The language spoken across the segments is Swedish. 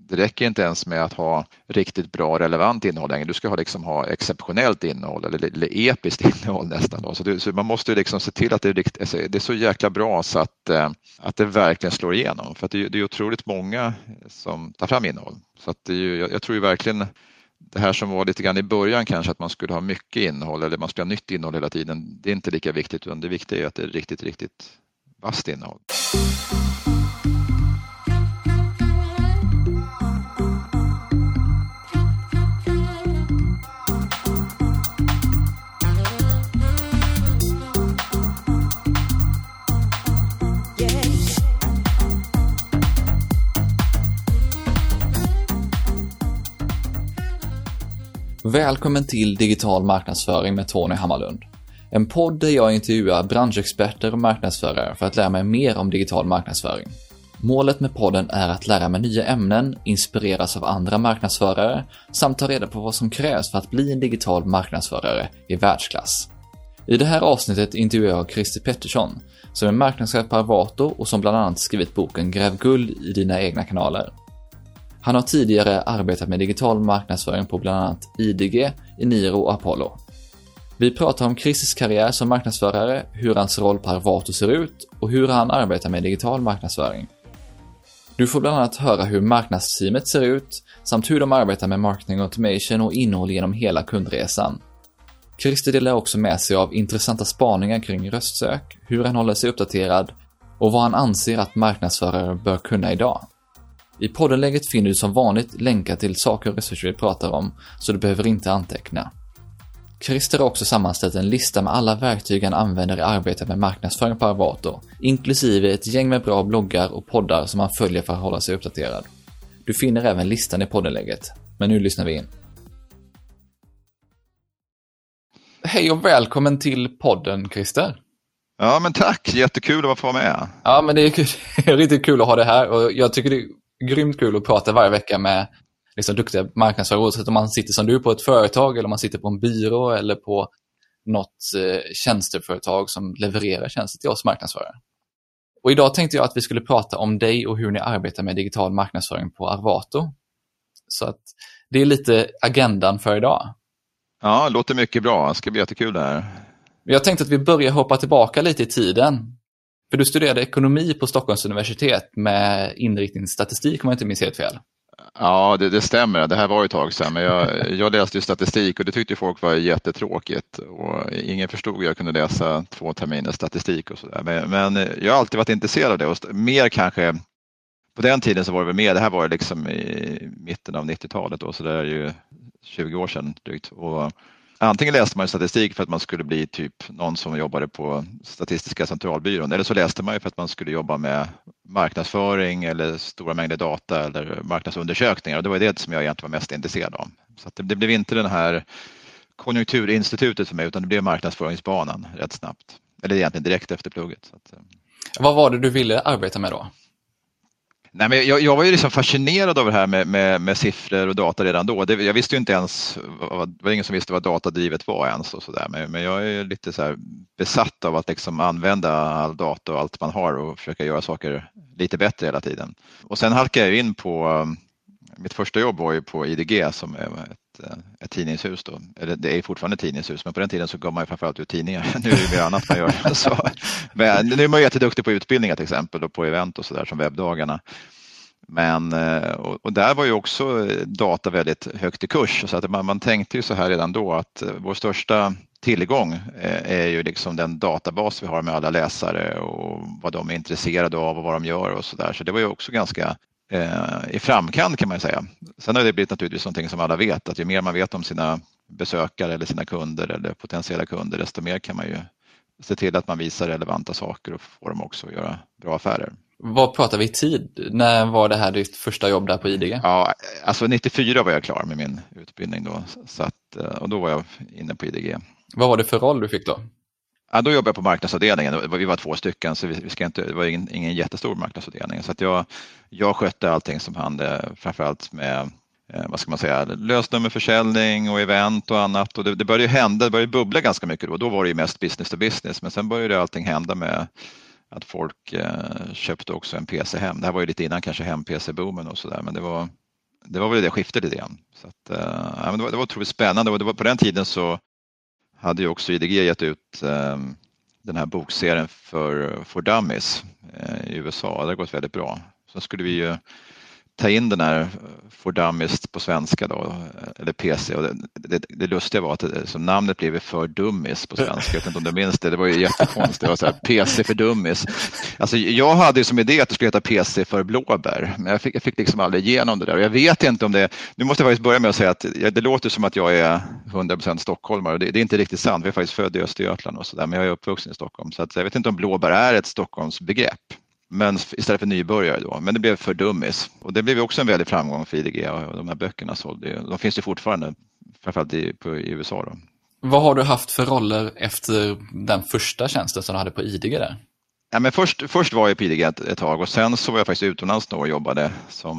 det räcker inte ens med att ha riktigt bra relevant innehåll längre. Du ska ha exceptionellt innehåll eller episkt innehåll nästan. Då. Så man måste ju se till att det är så jäkla bra så att det verkligen slår igenom. För att det är otroligt många som tar fram innehåll. Så att jag tror ju verkligen det här som var lite grann i början kanske att man skulle ha mycket innehåll eller man skulle ha nytt innehåll hela tiden. Det är inte lika viktigt utan det viktiga är att det är riktigt vasst innehåll. Välkommen till Digital marknadsföring med Tony Hammarlund. En podd där jag intervjuar branschexperter och marknadsförare för att lära mig mer om digital marknadsföring. Målet med podden är att lära mig nya ämnen, inspireras av andra marknadsförare samt ta reda på vad som krävs för att bli en digital marknadsförare i världsklass. I det här avsnittet intervjuar jag Christer Pettersson som är marknadschef på Arvato och som bland annat skrivit boken Gräv guld i dina egna kanaler. Han har tidigare arbetat med digital marknadsföring på bland annat IDG, Eniro och Apollo. Vi pratar om Christers karriär som marknadsförare, hur hans roll på Arvato ser ut och hur han arbetar med digital marknadsföring. Du får bland annat höra hur marknadsteamet ser ut samt hur de arbetar med marketing automation och innehåll genom hela kundresan. Christer delar också med sig av intressanta spaningar kring röstsök, hur han håller sig uppdaterad och vad han anser att marknadsförare bör kunna idag. I poddenlägget finner du som vanligt länkar till saker och resurser vi pratar om, så du behöver inte anteckna. Christer har också sammanställt en lista med alla verktyg han använder i arbetet med marknadsföring på Arvato, inklusive ett gäng med bra bloggar och poddar som han följer för att hålla sig uppdaterad. Du finner även listan i poddenlägget, men nu lyssnar vi in. Hej och välkommen till podden, Christer. Ja, men tack. Jättekul att få vara med. Ja, men det är riktigt kul att ha det här och jag tycker det är grymt kul att prata varje vecka med duktiga marknadsförare, oavsett om man sitter som du på ett företag eller om man sitter på en byrå eller på något tjänsteföretag som levererar tjänster till oss marknadsförare. Och idag tänkte jag att vi skulle prata om dig och hur ni arbetar med digital marknadsföring på Arvato. Så att det är lite agendan för idag. Ja, det låter mycket bra. Det ska bli jättekul det här. Jag tänkte att vi börjar hoppa tillbaka lite i tiden. För du studerade ekonomi på Stockholms universitet med inriktning statistik om jag inte minns helt fel. Ja, det stämmer. Det här var ett tag sedan. Men jag läste ju statistik och det tyckte folk var jättetråkigt. Och ingen förstod jag kunde läsa 2 terminer statistik och sådär. Men jag har alltid varit intresserad av det. Och mer kanske, på den tiden så var det väl mer. Det här var liksom i mitten av 90-talet då. Så det är ju 20 år sedan drygt. Och antingen läste man statistik för att man skulle bli typ någon som jobbade på Statistiska centralbyrån eller så läste man ju för att man skulle jobba med marknadsföring eller stora mängder data eller marknadsundersökningar och det var det som jag egentligen var mest intresserad av. Så att det blev inte den här konjunkturinstitutet för mig utan det blev marknadsföringsbanan rätt snabbt. Eller egentligen direkt efter plugget. Så att, vad var det du ville arbeta med då? Nej, men jag var ju liksom fascinerad av det här med siffror och data redan då. Jag visste ju inte ens, det var ingen som visste vad datadrivet var ens och sådär. Men jag är lite så här besatt av att liksom använda all data och allt man har och försöka göra saker lite bättre hela tiden. Och sen halkade jag in på, mitt första jobb var ju på IDG som är ett tidningshus då. Eller det är fortfarande ett tidningshus men på den tiden så gav man ju framförallt ut tidningar. Nu är det mer annat man gör. Så, men nu är man jätteduktig på utbildningar till exempel och på event och sådär som webbdagarna. Men, och där var ju också data väldigt högt i kurs så att man tänkte ju så här redan då att vår största tillgång är ju liksom den databas vi har med alla läsare och vad de är intresserade av och vad de gör och sådär. Så det var ju också ganska i framkant kan man säga. Sen har det blivit naturligtvis någonting som alla vet att ju mer man vet om sina besökare eller sina kunder eller potentiella kunder desto mer kan man ju se till att man visar relevanta saker och får dem också att göra bra affärer. Vad pratar vi i tid? När var det här ditt första jobb där på IDG? Ja, alltså 94 var jag klar med min utbildning då så att, och då var jag inne på IDG. Vad var det för roll du fick då? Ja, då jobbade jag på marknadsavdelningen. Vi var 2 stycken så det var ingen jättestor marknadsavdelning. Så att jag skötte allting som hände framförallt med vad ska man säga, lösnummerförsäljning och event och annat. Och det började bubbla ganska mycket då. Då var det ju mest business to business. Men sen började allting hända med att folk köpte också en PC hem. Det här var ju lite innan kanske hem-PC-boomen och sådär. Men det var det var väl det skiftet lite grann. Så att, ja, men det var otroligt spännande och det var, på den tiden så hade ju också IDG gett ut den här bokserien för Dummies i USA. Det har gått väldigt bra. Så skulle vi ju ta in den här For Dummies på svenska då, eller PC, och det lustiga var att som namnet blev för Dummies på svenska. Jag vet inte om du minns det, det var ju jättekonstigt. Det var så här, PC för Dummies. Alltså jag hade ju som idé att det skulle heta PC för blåbär, men jag fick liksom aldrig igenom det där. Och jag vet inte om det, nu måste jag faktiskt börja med att säga att det låter som att jag är 100% stockholmare, och det är inte riktigt sant. Jag är faktiskt född i Östergötland och sådär, men jag är uppvuxen i Stockholm. Så att jag vet inte om blåbär är ett Stockholmsbegrepp. Men istället för nybörjare då. Men det blev för Dummies. Och det blev också en väldig framgång för IDG. Och de här böckerna sålde ju. De finns ju fortfarande, framförallt i USA då. Vad har du haft för roller efter den första tjänsten som du hade på IDG där? Ja, men först var jag på IDG ett tag och sen så var jag faktiskt utomlands då och jobbade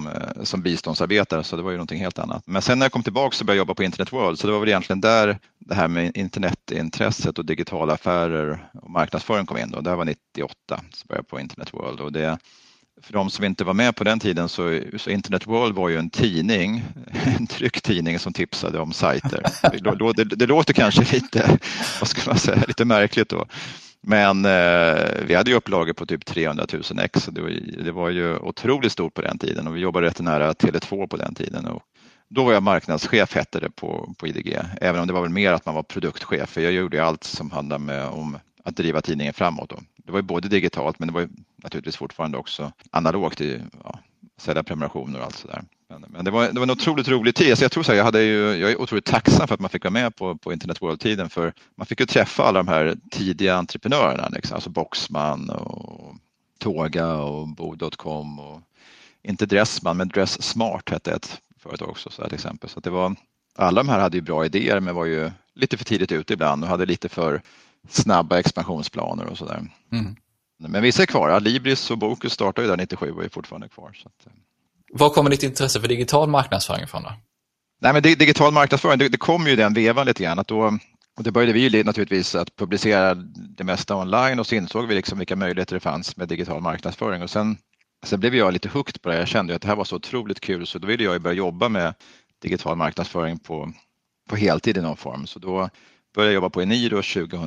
som biståndsarbetare, så det var ju någonting helt annat. Men sen när jag kom tillbaka så började jag jobba på Internet World, så det var väl egentligen där det här med internetintresset och digitala affärer och marknadsföring kom in. Och det här var 98 så började jag på Internet World. Och det, för de som inte var med på den tiden så Internet World var ju en tidning, en tryckt tidning som tipsade om sajter. Det låter kanske lite, vad ska man säga, lite märkligt då. Men vi hade ju upplagor på typ 300 000 ex, så det var ju otroligt stort på den tiden, och vi jobbade rätt nära Tele2 på den tiden. Och då var jag marknadschef, hette det på IDG, även om det var väl mer att man var produktchef, för jag gjorde allt som handlade om att driva tidningen framåt. Då. Det var ju både digitalt, men det var ju naturligtvis fortfarande också analogt i sälja prenumerationer och allt sådär. Men det var en otroligt rolig tid. Så jag tror så här, jag är otroligt tacksam för att man fick vara med på Internet World-tiden, för man fick ju träffa alla de här tidiga entreprenörerna, liksom. Alltså Boxman och Tåga och Bo.com och inte Dressman, men Dress Smart hette ett företag också, så här, till exempel. Så att det var, alla de här hade ju bra idéer, men var ju lite för tidigt ute ibland och hade lite för snabba expansionsplaner och sådär. Mm. Men vissa är kvar. Alibris och Bokus startade ju där 97 och är fortfarande kvar. Så att... Var kommer ditt intresse för digital marknadsföring ifrån då? Nej, men digital marknadsföring, det kom ju den vevan lite grann. Och det började vi naturligtvis att publicera det mesta online, och så insåg vi liksom vilka möjligheter det fanns med digital marknadsföring. Och sen blev jag lite hooked på det. Jag kände att det här var så otroligt kul, så då ville jag börja jobba med digital marknadsföring på heltid i någon form. Så då började jag jobba på Eniro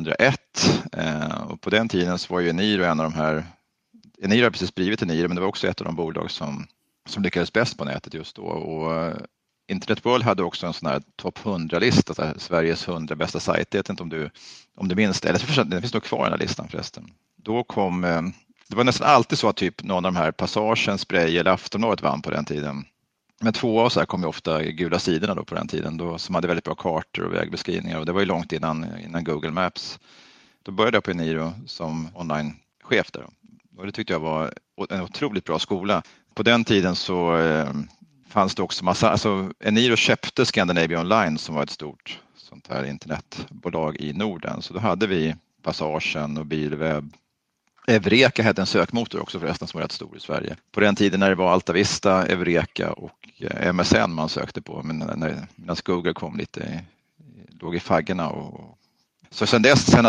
2001, och på den tiden så var ju Eniro en av de här, Eniro har precis blivit Eniro, men det var också ett av de bolag som lyckades bäst på nätet just då. Och Internet World hade också en sån här topp 100-lista, Sveriges 100 bästa sajter. Jag vet inte om du minns det, eller den finns nog kvar i den här listan förresten. Då kom, det var nästan alltid så att typ någon av de här Passagen, Spray eller Aftonbladet vann på den tiden. Men två av så här kom ju ofta Gula sidorna då på den tiden då, som hade väldigt bra kartor och vägbeskrivningar, och det var ju långt innan Google Maps. Då började jag på Eniro som online-chef där, och det tyckte jag var en otroligt bra skola. På den tiden så fanns det också massa, alltså Eniro köpte Scandinavia Online som var ett stort sånt här internetbolag i Norden, så då hade vi Passagen och Bilwebb. Evreka hette en sökmotor också förresten som var rätt stor i Sverige. På den tiden när det var Alta Vista, Evreka och MSN man sökte på, men medan Google kom lite, låg i faggorna. Så sen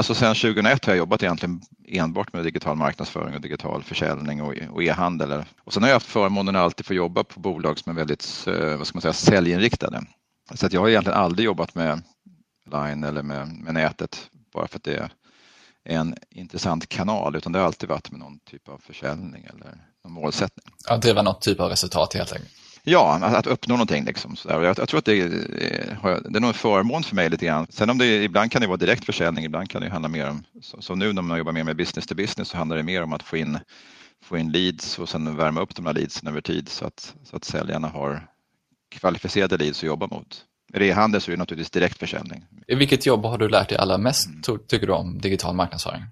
2001 har jag jobbat egentligen enbart med digital marknadsföring och digital försäljning och e-handel. Och sen har jag haft förmånen att alltid få jobba på bolag som är väldigt, vad ska man säga, säljinriktade. Så att jag har egentligen aldrig jobbat med line eller med nätet bara för att det är en intressant kanal, utan det har alltid varit med någon typ av försäljning eller någon målsättning. Att driva något typ av resultat helt enkelt. Ja, att uppnå någonting liksom. Jag tror att det är nog en förmån för mig lite grann. Sen om det ibland kan det vara direkt försäljning, ibland kan det handla mer om, så nu när man jobbar mer med business to business så handlar det mer om att få in leads och sen värma upp de här leadsen över tid så att säljarna har kvalificerade leads att jobba mot. I e-handel så är det naturligtvis direkt försäljning. Vilket jobb har du lärt dig allra mest, tycker du, om digital marknadsföring?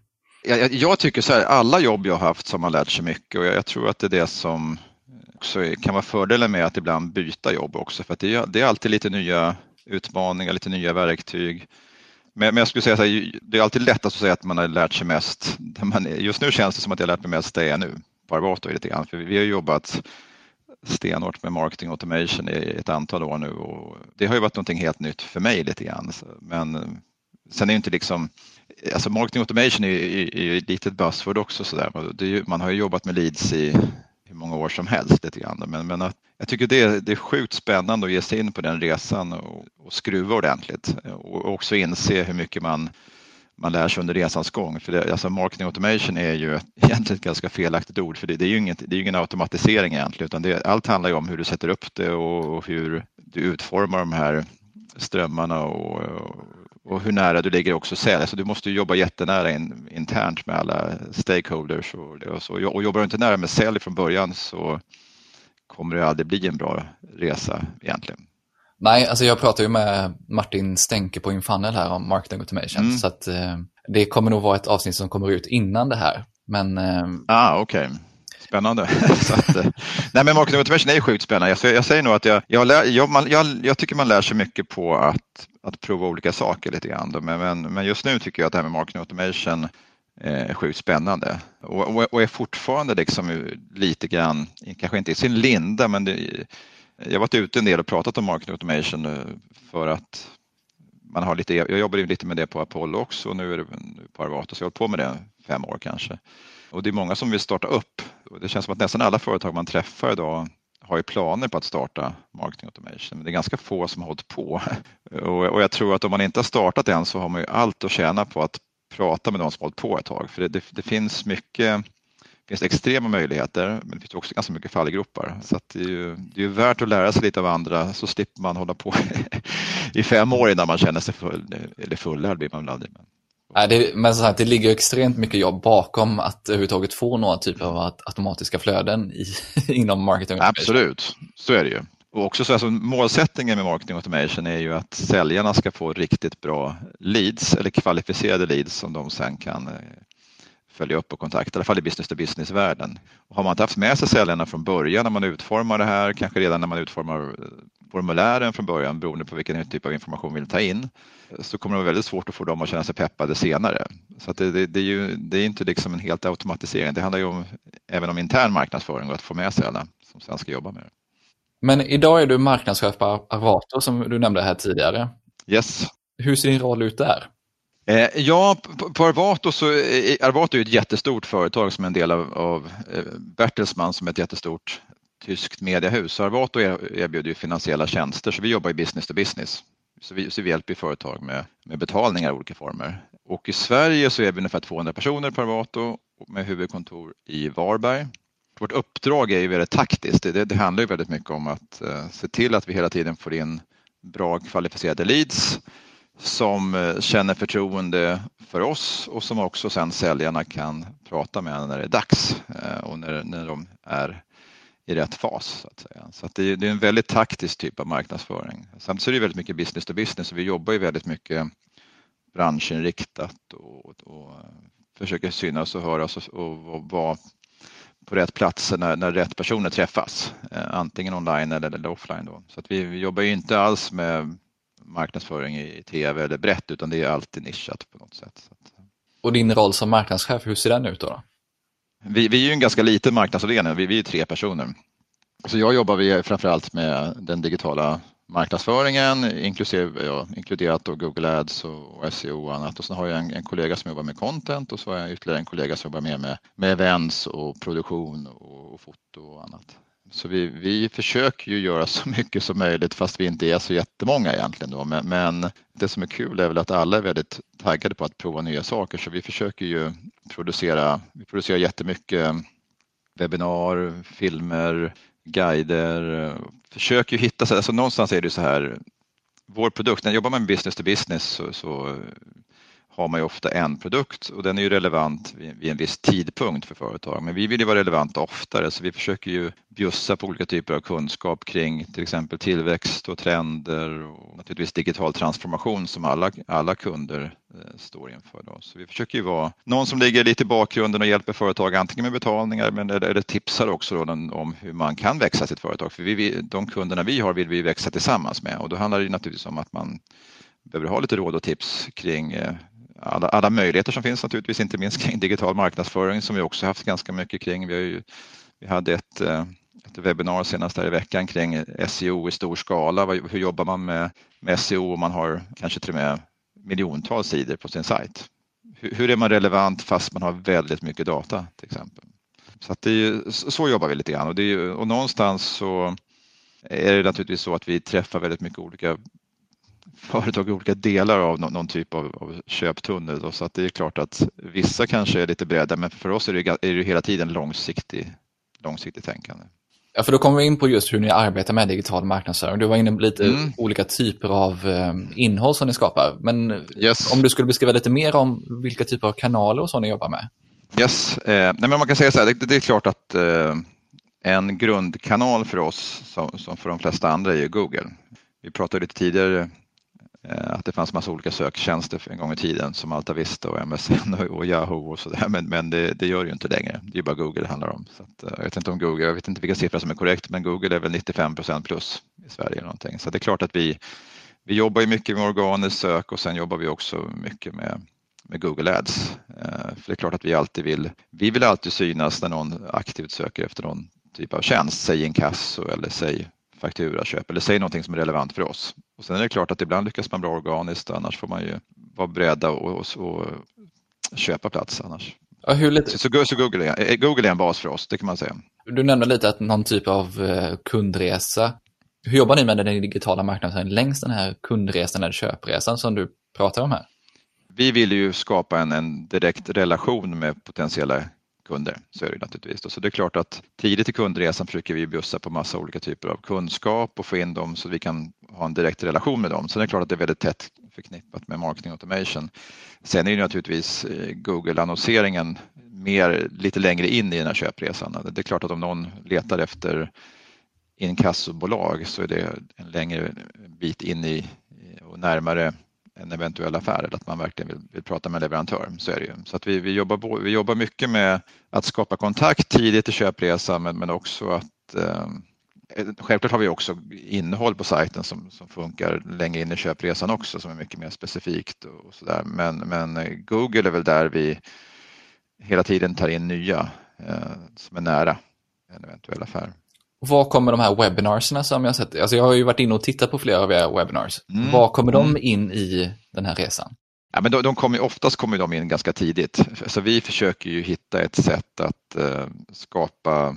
Jag tycker så här, alla jobb jag har haft som har lärt sig mycket, och jag tror att det är det som också kan vara fördelen med att ibland byta jobb också, för att det är alltid lite nya utmaningar, lite nya verktyg. Men jag skulle säga så här, det är alltid lättast att säga att man har lärt sig mest. Just nu känns det som att jag har lärt mig mest det nu, på Arvato lite grann, för vi har jobbat stenhårt med marketing automation i ett antal år nu, och det har ju varit någonting helt nytt för mig lite grann. Men sen är ju inte liksom, alltså marketing automation är ju ett litet buzzword också så där. Man har ju jobbat med leads i hur många år som helst lite grann. Men att, jag tycker det är sjukt spännande att ge sig in på den resan och skruva ordentligt och också inse hur mycket man lär sig under resans gång. För alltså marketing automation är ju egentligen ett ganska felaktigt ord, för det är ju ingen automatisering egentligen, utan allt handlar ju om hur du sätter upp det och hur du utformar de här strömmarna och hur nära du ligger också sälj. Alltså du måste ju jobba jättenära internt med alla stakeholders och så. Och jobbar du inte nära med sälj från början så kommer det aldrig bli en bra resa egentligen. Nej, alltså jag pratar ju med Martin Stenke på Infunnel här om marketing automation, så att det kommer nog vara ett avsnitt som kommer ut innan det här. Men okej. Spännande. Så att, nej, men marketing automation är ju sjukt spännande. Jag säger nog att jag tycker man lär sig mycket på att prova olika saker lite grann. Men just nu tycker jag att det här med marketing automation är sjukt spännande. Och är fortfarande liksom lite grann, kanske inte i sin linda, men jag har varit ute en del och pratat om marketing automation för att man har lite, jag jobbar lite med det på Apollo också och nu är det på Arvato, så jag har hållit på med det 5 år kanske. Och det är många som vill starta upp. Och det känns som att nästan alla företag man träffar idag har ju planer på att starta marketing automation. Men det är ganska få som har hållit på. Och jag tror att om man inte har startat än så har man ju allt att tjäna på att prata med de som har hållit på ett tag. För det finns mycket, det finns extrema möjligheter, men det finns också ganska mycket fallgropar. Så att det är ju värt att lära sig lite av andra, så slipper man hålla på i 5 år innan man känner sig fullärd blir man väl aldrig. Men så här, det ligger extremt mycket jobb bakom att överhuvudtaget få några typer av automatiska flöden inom marketing automation. Absolut, så är det ju. Och också så alltså, målsättningen med marketing automation är ju att säljarna ska få riktigt bra leads eller kvalificerade leads som de sen kan följa upp och kontakta, i alla fall i business-to-business-världen. Och har man inte haft med sig säljarna från början när man utformar det här, kanske redan när man utformar formulären från början, beroende på vilken typ av information vi vill ta in, så kommer det vara väldigt svårt att få dem att känna sig peppade senare. Så att det är inte liksom en helt automatisering. Det handlar ju även om intern marknadsföring och att få med sig alla som sen ska jobba med det. Men idag är du marknadschef på Arvato som du nämnde här tidigare. Yes. Hur ser din roll ut där? Ja, på Arvato så Arvato är ett jättestort företag som är en del av Bertelsmann som är ett jättestort tyskt mediehus. Så Arvato erbjuder ju finansiella tjänster, så vi jobbar i business to business. Så vi hjälper företag med betalningar i olika former. Och i Sverige så är vi ungefär 200 personer på Arvato med huvudkontor i Varberg. Vårt uppdrag är ju väldigt taktiskt. Det handlar ju väldigt mycket om att se till att vi hela tiden får in bra kvalificerade leads som känner förtroende för oss och som också sen säljarna kan prata med när det är dags och när de är i rätt fas. Så att säga. Så att det är en väldigt taktisk typ av marknadsföring. Samtidigt är det väldigt mycket business to business, så vi jobbar ju väldigt mycket branschinriktat och försöker synas och höras och vara på rätt plats när rätt personer träffas, antingen online eller offline då. Så att vi jobbar ju inte alls med marknadsföring i tv eller brett, utan det är alltid nischat på något sätt. Så att... Och din roll som marknadschef, hur ser den ut då? Vi är ju en ganska liten marknadsavdelning, vi är 3 personer. Så jag jobbar framförallt med den digitala marknadsföringen, inkluderat då Google Ads och SEO och annat. Och sen har jag en kollega som jobbar med content och så har jag ytterligare en kollega som jobbar med events och produktion och foto och annat. Så vi försöker ju göra så mycket som möjligt fast vi inte är så jättemånga egentligen då. Men det som är kul är väl att alla är väldigt taggade på att prova nya saker, så vi försöker ju producerar jättemycket webbinar, filmer, guider, försöker ju hitta, alltså någonstans är det så här, vår produkt, när jobbar man med business to business så har man ju ofta en produkt och den är ju relevant vid en viss tidpunkt för företag. Men vi vill ju vara relevanta oftare, så vi försöker ju bjussa på olika typer av kunskap kring till exempel tillväxt och trender och naturligtvis digital transformation som alla kunder står inför då. Så vi försöker ju vara någon som ligger lite i bakgrunden och hjälper företag antingen med betalningar eller tipsar också då om hur man kan växa sitt företag. För de kunderna vi har vill vi växa tillsammans med, och då handlar det naturligtvis om att man behöver ha lite råd och tips kring alla möjligheter som finns, naturligtvis inte minst kring digital marknadsföring som vi också haft ganska mycket kring. Vi hade ett webbinar senast här i veckan kring SEO i stor skala. Hur jobbar man med SEO om man har kanske till och med miljontals sidor på sin sajt? Hur är man relevant fast man har väldigt mycket data till exempel? Så att så jobbar vi lite grann och någonstans så är det naturligtvis så att vi träffar väldigt mycket olika företag i olika delar av någon typ av köptunnel. Då. Så att det är klart att vissa kanske är lite bredda, men för oss är det hela tiden långsiktigt tänkande. Ja, för då kommer vi in på just hur ni arbetar med digital marknadsföring. Du var inne på lite olika typer av innehåll som ni skapar. Men om du skulle beskriva lite mer om vilka typer av kanaler och så ni jobbar med? Yes, nej, men man kan säga så här, det är klart att en grundkanal för oss som för de flesta andra är ju Google. Vi pratade lite tidigare att det fanns massa olika söktjänster för en gång i tiden som Alta Vista och MSN och Yahoo och sådär, men det gör det ju inte längre. Det är bara Google det handlar om. Så att, jag vet inte om Google, jag vet inte vilka siffror som är korrekt, men Google är väl 95% plus i Sverige eller någonting. Så det är klart att vi jobbar ju mycket med organiskt sök och sen jobbar vi också mycket med Google Ads. För det är klart att vi vill alltid synas när någon aktivt söker efter någon typ av tjänst, säg inkasso eller säg fakturaköp eller säg någonting som är relevant för oss. Och sen är det klart att ibland lyckas man bra organiskt, annars får man ju vara beredda och köpa plats annars. Ja, så Google är en bas för oss, det kan man säga. Du nämnde lite att någon typ av kundresa. Hur jobbar ni med den digitala marknaden längs den här kundresan eller köpresan som du pratar om här? Vi vill ju skapa en direkt relation med potentiella kunder, så är det naturligtvis. Så det är klart att tidigt i kundresan försöker vi bjussa på massa olika typer av kunskap och få in dem så att vi kan ha en direkt relation med dem. Sen är det klart att det är väldigt tätt förknippat med marketing automation. Sen är det naturligtvis Google-annonseringen lite längre in i den här köpresan. Det är klart att om någon letar efter inkassobolag så är det en längre bit in i och närmare en eventuell affär eller att man verkligen vill prata med leverantör, så är det ju. Så att vi jobbar mycket med att skapa kontakt tidigt i köpresan men också att självklart har vi också innehåll på sajten som funkar längre in i köpresan också som är mycket mer specifikt och sådär. Men Google är väl där vi hela tiden tar in nya som är nära en eventuell affär. Var kommer de här webbinarserna som jag sett? Alltså jag har ju varit inne och tittat på flera av era webinars. Var kommer de in i den här resan? Ja, men oftast kommer de in ganska tidigt. Så vi försöker ju hitta ett sätt att skapa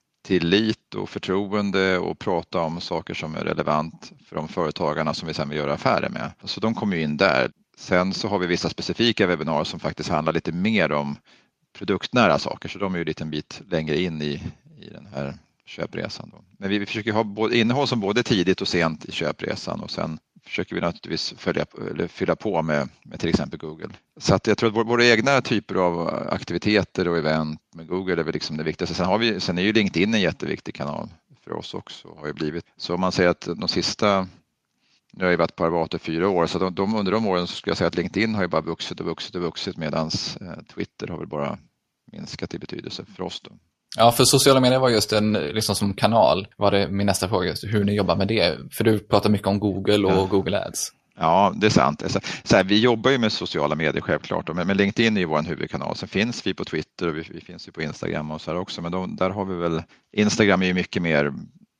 tillit och förtroende och prata om saker som är relevant för de företagarna som vi sen vill göra affärer med. Så de kommer ju in där. Sen så har vi vissa specifika webbinarier som faktiskt handlar lite mer om produktnära saker. Så de är ju en liten bit längre in i den här köpresan. Då. Men vi försöker ha innehåll som både tidigt och sent i köpresan och sen försöker vi naturligtvis fylla på med till exempel Google. Så att jag tror att våra egna typer av aktiviteter och event med Google är väl liksom det viktigaste. Sen är ju LinkedIn en jätteviktig kanal för oss också. Har ju blivit. Så om man säger att de sista, nu har jag varit på Arvato i 4 år, så under de åren så skulle jag säga att LinkedIn har ju bara vuxit medan Twitter har väl bara minskat i betydelse för oss då. Ja, för sociala medier var just liksom som kanal, var det min nästa fråga, hur ni jobbar med det. För du pratar mycket om Google och Google Ads. Ja, det är sant. Så här, vi jobbar ju med sociala medier självklart, men LinkedIn är ju vår huvudkanal. Sen finns vi på Twitter och vi finns ju på Instagram och så här också. Men där har vi väl, Instagram är ju mycket mer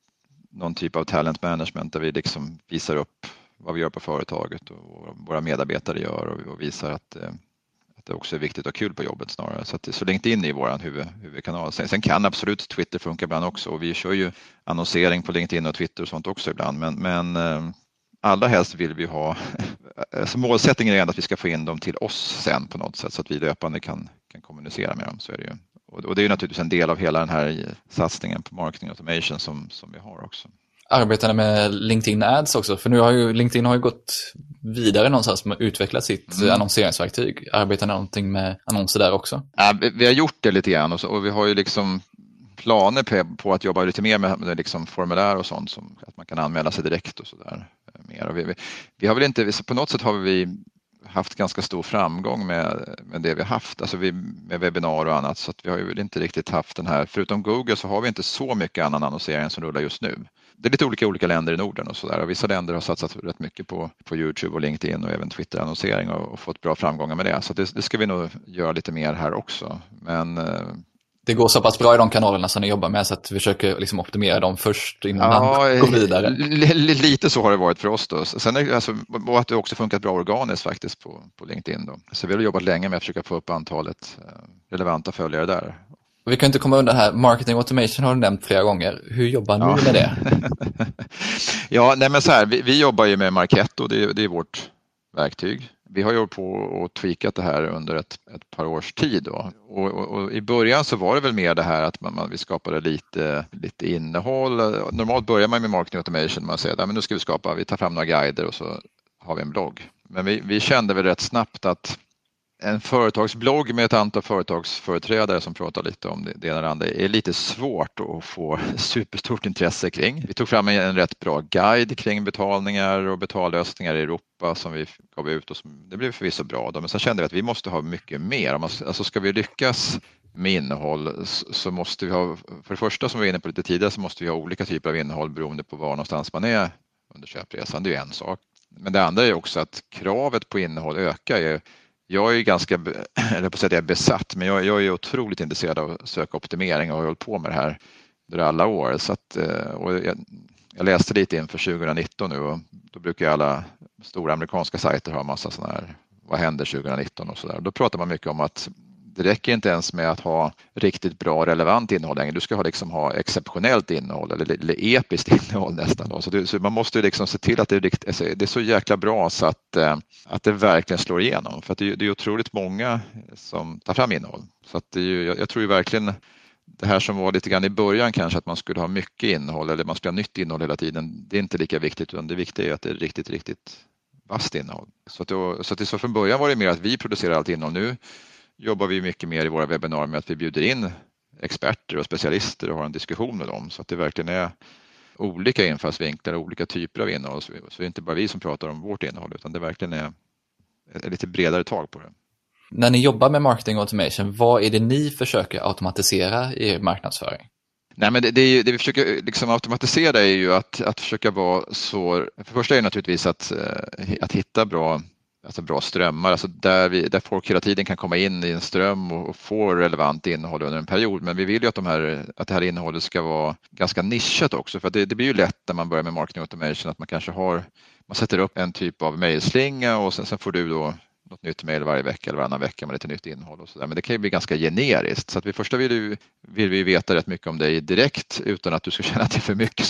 någon typ av talent management där vi liksom visar upp vad vi gör på företaget och vad våra medarbetare gör och visar att det också är viktigt och kul på jobbet snarare. Så LinkedIn är vår huvudkanal. Sen kan absolut Twitter funka ibland också och vi kör ju annonsering på LinkedIn och Twitter och sånt också ibland. Men allra helst vill vi ha, alltså målsättningen är att vi ska få in dem till oss sen på något sätt så att vi löpande kan kommunicera med dem. Så är det ju. Och det är ju naturligtvis en del av hela den här satsningen på marketing automation som vi har också. Arbetar ni med LinkedIn Ads också? För nu har ju LinkedIn har ju gått vidare någonstans med att utveckla sitt annonseringsverktyg. Arbetar ni någonting med annonser där också? Ja, vi har gjort det lite grann och vi har ju liksom planer på att jobba lite mer med liksom formulär och sånt som att man kan anmäla sig direkt och sådär mer. Och vi har väl inte, på något sätt har vi haft ganska stor framgång med det vi har haft, alltså med webbinar och annat, så att vi har ju väl inte riktigt haft den här, förutom Google så har vi inte så mycket annan annonsering som rullar just nu. Det är lite olika länder i Norden och sådär. Vissa länder har satsat rätt mycket på YouTube och LinkedIn och även Twitter-annonsering och fått bra framgångar med det. Så det ska vi nog göra lite mer här också. Men det går så pass bra i de kanalerna som ni jobbar med så att vi försöker liksom optimera dem först innan man går vidare. Lite så har det varit för oss då. Sen är det alltså, och att det också funkat bra organiskt faktiskt på LinkedIn då. Så vi har jobbat länge med att försöka få upp antalet relevanta följare där. Vi kan inte komma undan här, marketing automation har du nämnt flera gånger. Hur jobbar ni med det? Ja, nej men så här, vi jobbar ju med Marketo, det är vårt verktyg. Vi har ju på och tweakat det här under ett par års tid då. Och i början så var det väl mer det här att vi skapade lite innehåll. Normalt börjar man med marketing automation, man säger att nu ska vi tar fram några guider och så har vi en blogg. Men vi kände väl rätt snabbt att en företagsblogg med ett antal företagsföreträdare som pratar lite om det ena eller andra är lite svårt att få superstort intresse kring. Vi tog fram en rätt bra guide kring betalningar och betallösningar i Europa som vi gav ut och det blev förvisso bra. Men sen kände vi att vi måste ha mycket mer. Alltså ska vi lyckas med innehåll så måste vi ha, för det första som vi var inne på lite tidigare, så måste vi ha olika typer av innehåll beroende på var någonstans man är under köpresan. Det är en sak. Men det andra är också att kravet på innehåll ökar. Jag är ganska, eller på sätt jag är besatt, men jag är otroligt intresserad av att söka optimering och har hållit på med det här under alla år. Så att, och jag läste lite inför 2019 nu och då brukar alla stora amerikanska sajter ha massa sådana här, vad händer 2019 och sådär. Då pratar man mycket om att det räcker inte ens med att ha riktigt bra relevant innehåll längre. Du ska ha exceptionellt innehåll eller episkt innehåll nästan. Så man måste liksom se till att det är så jäkla bra så att det verkligen slår igenom. För att det är otroligt många som tar fram innehåll. Så att jag tror ju verkligen det här som var lite grann i början kanske att man skulle ha mycket innehåll eller man skulle ha nytt innehåll hela tiden. Det är inte lika viktigt, utan det viktiga är att det är riktigt, riktigt vasst innehåll. Så från början var det mer att vi producerar allt innehåll. Nu jobbar vi mycket mer i våra webbinarier med att vi bjuder in experter och specialister och har en diskussion med dem så att det verkligen är olika infallsvinklar och olika typer av innehåll. Så det är inte bara vi som pratar om vårt innehåll utan det verkligen är ett lite bredare tag på det. När ni jobbar med marketing automation, vad är det ni försöker automatisera i er marknadsföring? Nej, men det vi försöker liksom automatisera är ju att försöka vara så. För det första är det naturligtvis att hitta bra strömmar, alltså där folk hela tiden kan komma in i en ström och få relevant innehåll under en period. Men vi vill ju att det här innehållet ska vara ganska nischat också, för att det blir ju lätt när man börjar med marketing automation att man kanske man sätter upp en typ av mejlslinga och sen får du då något nytt mejl varje vecka eller varannan vecka med lite nytt innehåll och sådär. Men det kan ju bli ganska generiskt. Så att första vill vi veta rätt mycket om dig direkt utan att du ska känna till för mycket.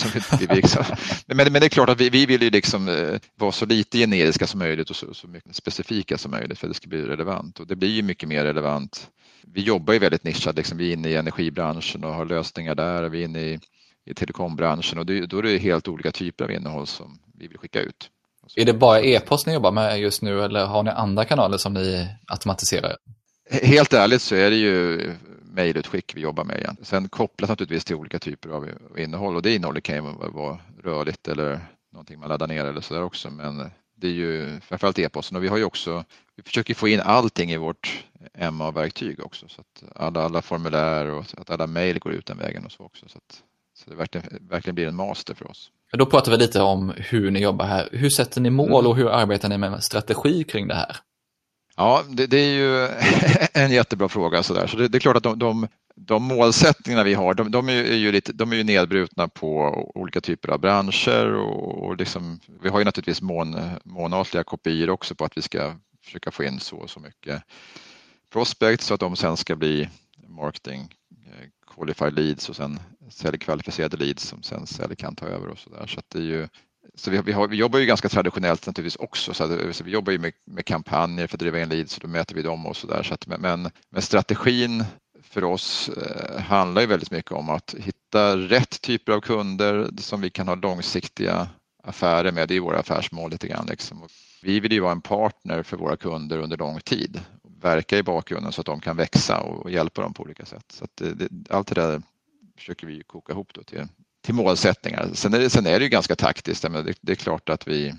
Men det är klart att vi vill ju liksom vara så lite generiska som möjligt och så mycket specifika som möjligt för att det ska bli relevant. Och det blir ju mycket mer relevant. Vi jobbar ju väldigt nischat. Liksom. Vi är inne i energibranschen och har lösningar där. Vi är inne i telekombranschen och då är det helt olika typer av innehåll som vi vill skicka ut. Är det bara e-post ni jobbar med just nu eller har ni andra kanaler som ni automatiserar? Helt ärligt så är det ju mejlutskick vi jobbar med igen. Sen kopplat naturligtvis till olika typer av innehåll och det innehållet kan ju vara rörligt eller någonting man laddar ner eller sådär också. Men det är ju framförallt e-posten och vi försöker få in allting i vårt MA-verktyg också så att alla formulär och att alla mejl går ut den vägen och så också. Så det verkligen blir en master för oss. Då pratar vi lite om hur ni jobbar här. Hur sätter ni mål och hur arbetar ni med strategi kring det här? Ja, det är ju en jättebra fråga. Så det är klart att de målsättningarna vi har, de är ju nedbrutna på olika typer av branscher och liksom, vi har ju naturligtvis månatliga kopior också på att vi ska försöka få in så mycket prospects så att de sen ska bli marketing qualified leads och sen säljkvalificerade leads som sen sälj kan ta över och sådär. Så att det är ju, så vi jobbar ju ganska traditionellt naturligtvis också. Så vi jobbar ju med kampanjer för att driva in leads och då mäter vi dem och sådär. Men strategin för oss handlar ju väldigt mycket om att hitta rätt typer av kunder som vi kan ha långsiktiga affärer med. Det är våra affärsmål lite grann. Liksom. Vi vill ju vara en partner för våra kunder under lång tid. Verka i bakgrunden så att de kan växa och hjälpa dem på olika sätt. Så att allt det där försöker vi koka ihop då till målsättningar. Sen är det ju ganska taktiskt. Men det är klart att vi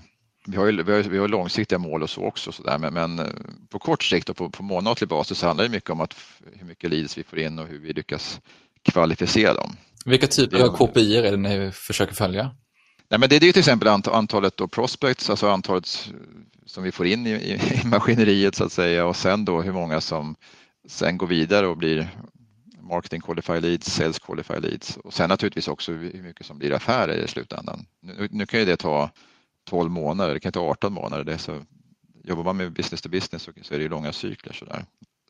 har långsiktiga mål och så också. Så där. Men på kort sikt och på månatlig basis så handlar det mycket om hur mycket leads vi får in och hur vi lyckas kvalificera dem. Vilka typer av KPI:er är det ni försöker följa? Nej, men det är ju till exempel antalet då prospects, alltså antalet som vi får in i maskineriet så att säga och sen då hur många som sen går vidare och blir marketing qualified leads, sales qualified leads och sen naturligtvis också hur mycket som blir affärer i slutändan. Nu kan ju det ta 12 månader, det kan ta 18 månader. Jobbar man med business to business så är det ju långa cykler sådär.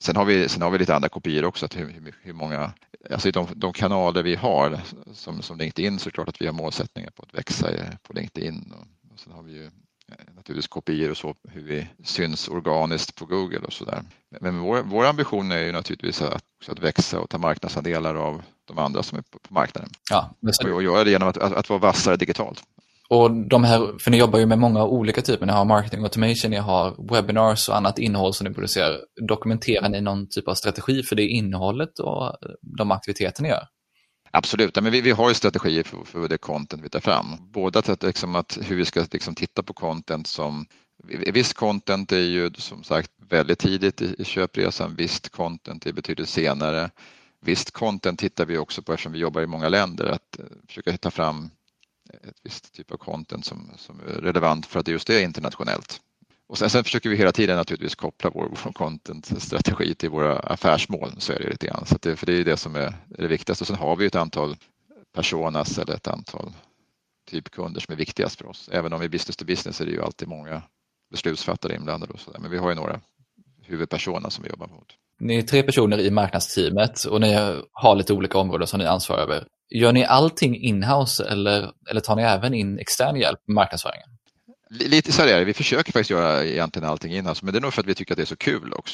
Sen har vi lite andra kopior också, att hur många, alltså de kanaler vi har som LinkedIn, så är det klart att vi har målsättningar på att växa på LinkedIn och sen har vi ju naturligtvis kopior och så, hur vi syns organiskt på Google och sådär. Men vår ambition är ju naturligtvis att växa och ta marknadsandelar av de andra som är på marknaden. Ja, och göra det genom att vara vassare digitalt. Och de här, för ni jobbar ju med många olika typer, ni har marketing automation, ni har webinars och annat innehåll som ni producerar. Dokumenterar ni någon typ av strategi för det innehållet och de aktiviteter ni gör? Absolut, men vi har ju strategier för det content vi tar fram. Både att hur vi ska titta på content som, visst content är ju som sagt väldigt tidigt i köpresan, visst content är betydligt senare. Visst content tittar vi också på eftersom vi jobbar i många länder, att försöka ta fram ett visst typ av content som är relevant för att det just är internationellt. Och sen försöker vi hela tiden naturligtvis koppla vår content-strategi till våra affärsmål, så är det lite grann. För det är det som är det viktigaste. Och sen har vi ett antal personas eller ett antal typkunder som är viktigast för oss. Även om i business to business är det ju alltid många beslutsfattare inblandade och sådär. Men vi har ju några huvudpersoner som vi jobbar mot. Ni är 3 personer i marknadsteamet och ni har lite olika områden som ni ansvarar över. Gör ni allting in-house eller tar ni även in extern hjälp med marknadsföringen? Lite så är det. Vi försöker faktiskt göra egentligen allting in-house, men det är nog för att vi tycker att det är så kul också.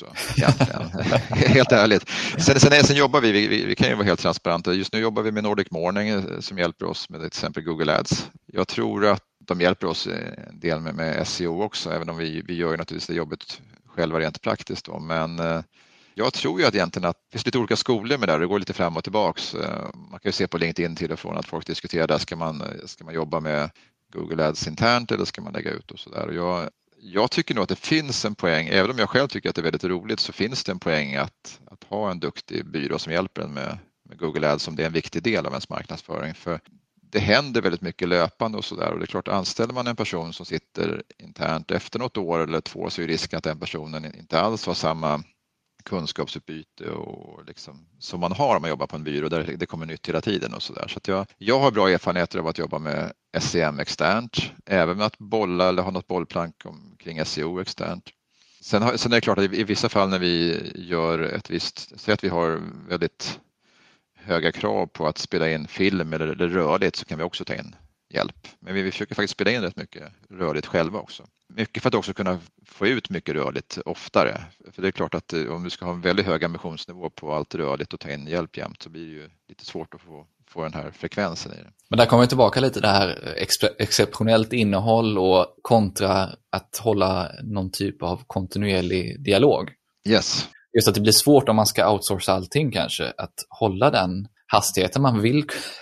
Helt ärligt. Sen jobbar vi kan ju vara helt transparenta. Just nu jobbar vi med Nordic Morning som hjälper oss med till exempel Google Ads. Jag tror att de hjälper oss en del med SEO också, även om vi gör ju naturligtvis det jobbet själva rent praktiskt då. Men jag tror ju att egentligen att det finns lite olika skolor med det här. Det går lite fram och tillbaks. Man kan ju se på LinkedIn till och från att folk diskuterar där. Ska man jobba med Google Ads internt eller ska man lägga ut och sådär. Jag tycker nog att det finns en poäng, även om jag själv tycker att det är väldigt roligt, så finns det en poäng att ha en duktig byrå som hjälper en med Google Ads, som det är en viktig del av ens marknadsföring. För det händer väldigt mycket löpande och sådär, och det är klart, anställer man en person som sitter internt efter något år eller 2, så är risken att den personen inte alls har samma kunskapsutbyte och som man har om man jobbar på en byrå där det kommer nytt hela tiden och sådär. Så att jag har bra erfarenheter av att jobba med SEM externt, även med att bolla eller ha något bollplank kring SEO externt. Sen är det klart att i vissa fall när vi gör ett visst, säg att vi har väldigt höga krav på att spela in film eller rörligt, så kan vi också ta in hjälp. Men vi försöker faktiskt spela in rätt mycket rörligt själva också. Mycket för att också kunna få ut mycket rörligt oftare. För det är klart att om du ska ha en väldigt hög ambitionsnivå på allt rörligt och ta in hjälp jämt, så blir det ju lite svårt att få den här frekvensen i det. Men där kommer vi tillbaka lite det här exceptionellt innehåll och kontra att hålla någon typ av kontinuerlig dialog. Yes. Just att det blir svårt om man ska outsourca allting kanske, att hålla den hastigheten man vill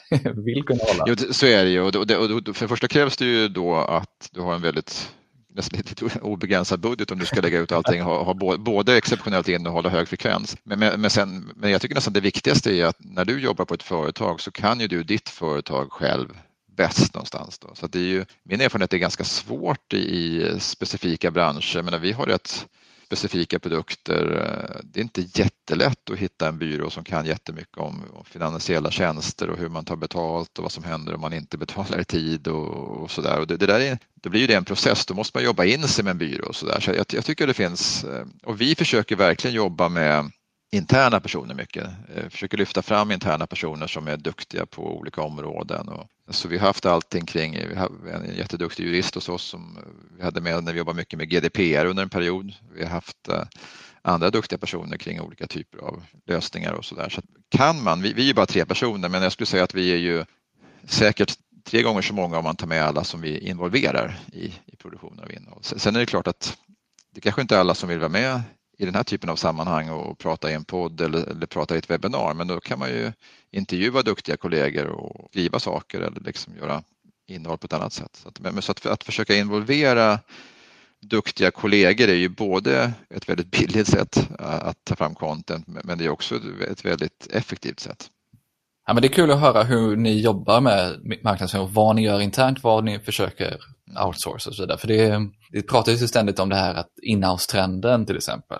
kunna hålla. Jo, så är det ju. Och för det första krävs det ju då att du har en väldigt nästan lite obegränsad budget om du ska lägga ut allting, ha både exceptionellt innehåll och hög frekvens. Men jag tycker nästan det viktigaste är att när du jobbar på ett företag så kan ju du ditt företag själv bäst någonstans då. Så att det är ju, min erfarenhet är ganska svårt i specifika branscher, men vi har rätt specifika produkter. Det är inte jättelätt att hitta en byrå som kan jättemycket om finansiella tjänster och hur man tar betalt och vad som händer om man inte betalar i tid och sådär. Och då blir ju det en process, då måste man jobba in sig med en byrå och sådär. Så jag tycker det finns, och vi försöker verkligen jobba med interna personer mycket. Försöker lyfta fram interna personer som är duktiga på olika områden. Så vi har haft allting kring, vi har en jätteduktig jurist hos oss som vi hade med när vi jobbade mycket med GDPR under en period. Vi har haft andra duktiga personer kring olika typer av lösningar och sådär. Så kan man, vi är ju bara 3 personer, men jag skulle säga att vi är ju säkert 3 gånger så många om man tar med alla som vi involverar i produktionen av innehåll. Sen är det klart att det kanske inte är alla som vill vara med i den här typen av sammanhang och prata i en podd eller prata i ett webbinar, men då kan man ju intervjua duktiga kollegor och skriva saker eller göra innehåll på ett annat sätt. Så att försöka involvera duktiga kollegor är ju både ett väldigt billigt sätt att ta fram content, men det är också ett väldigt effektivt sätt. Ja, men det är kul att höra hur ni jobbar med marknadsföring och vad ni gör internt, vad ni försöker outsource och så vidare. För det pratar ju ständigt om det här att inhouse-trenden till exempel,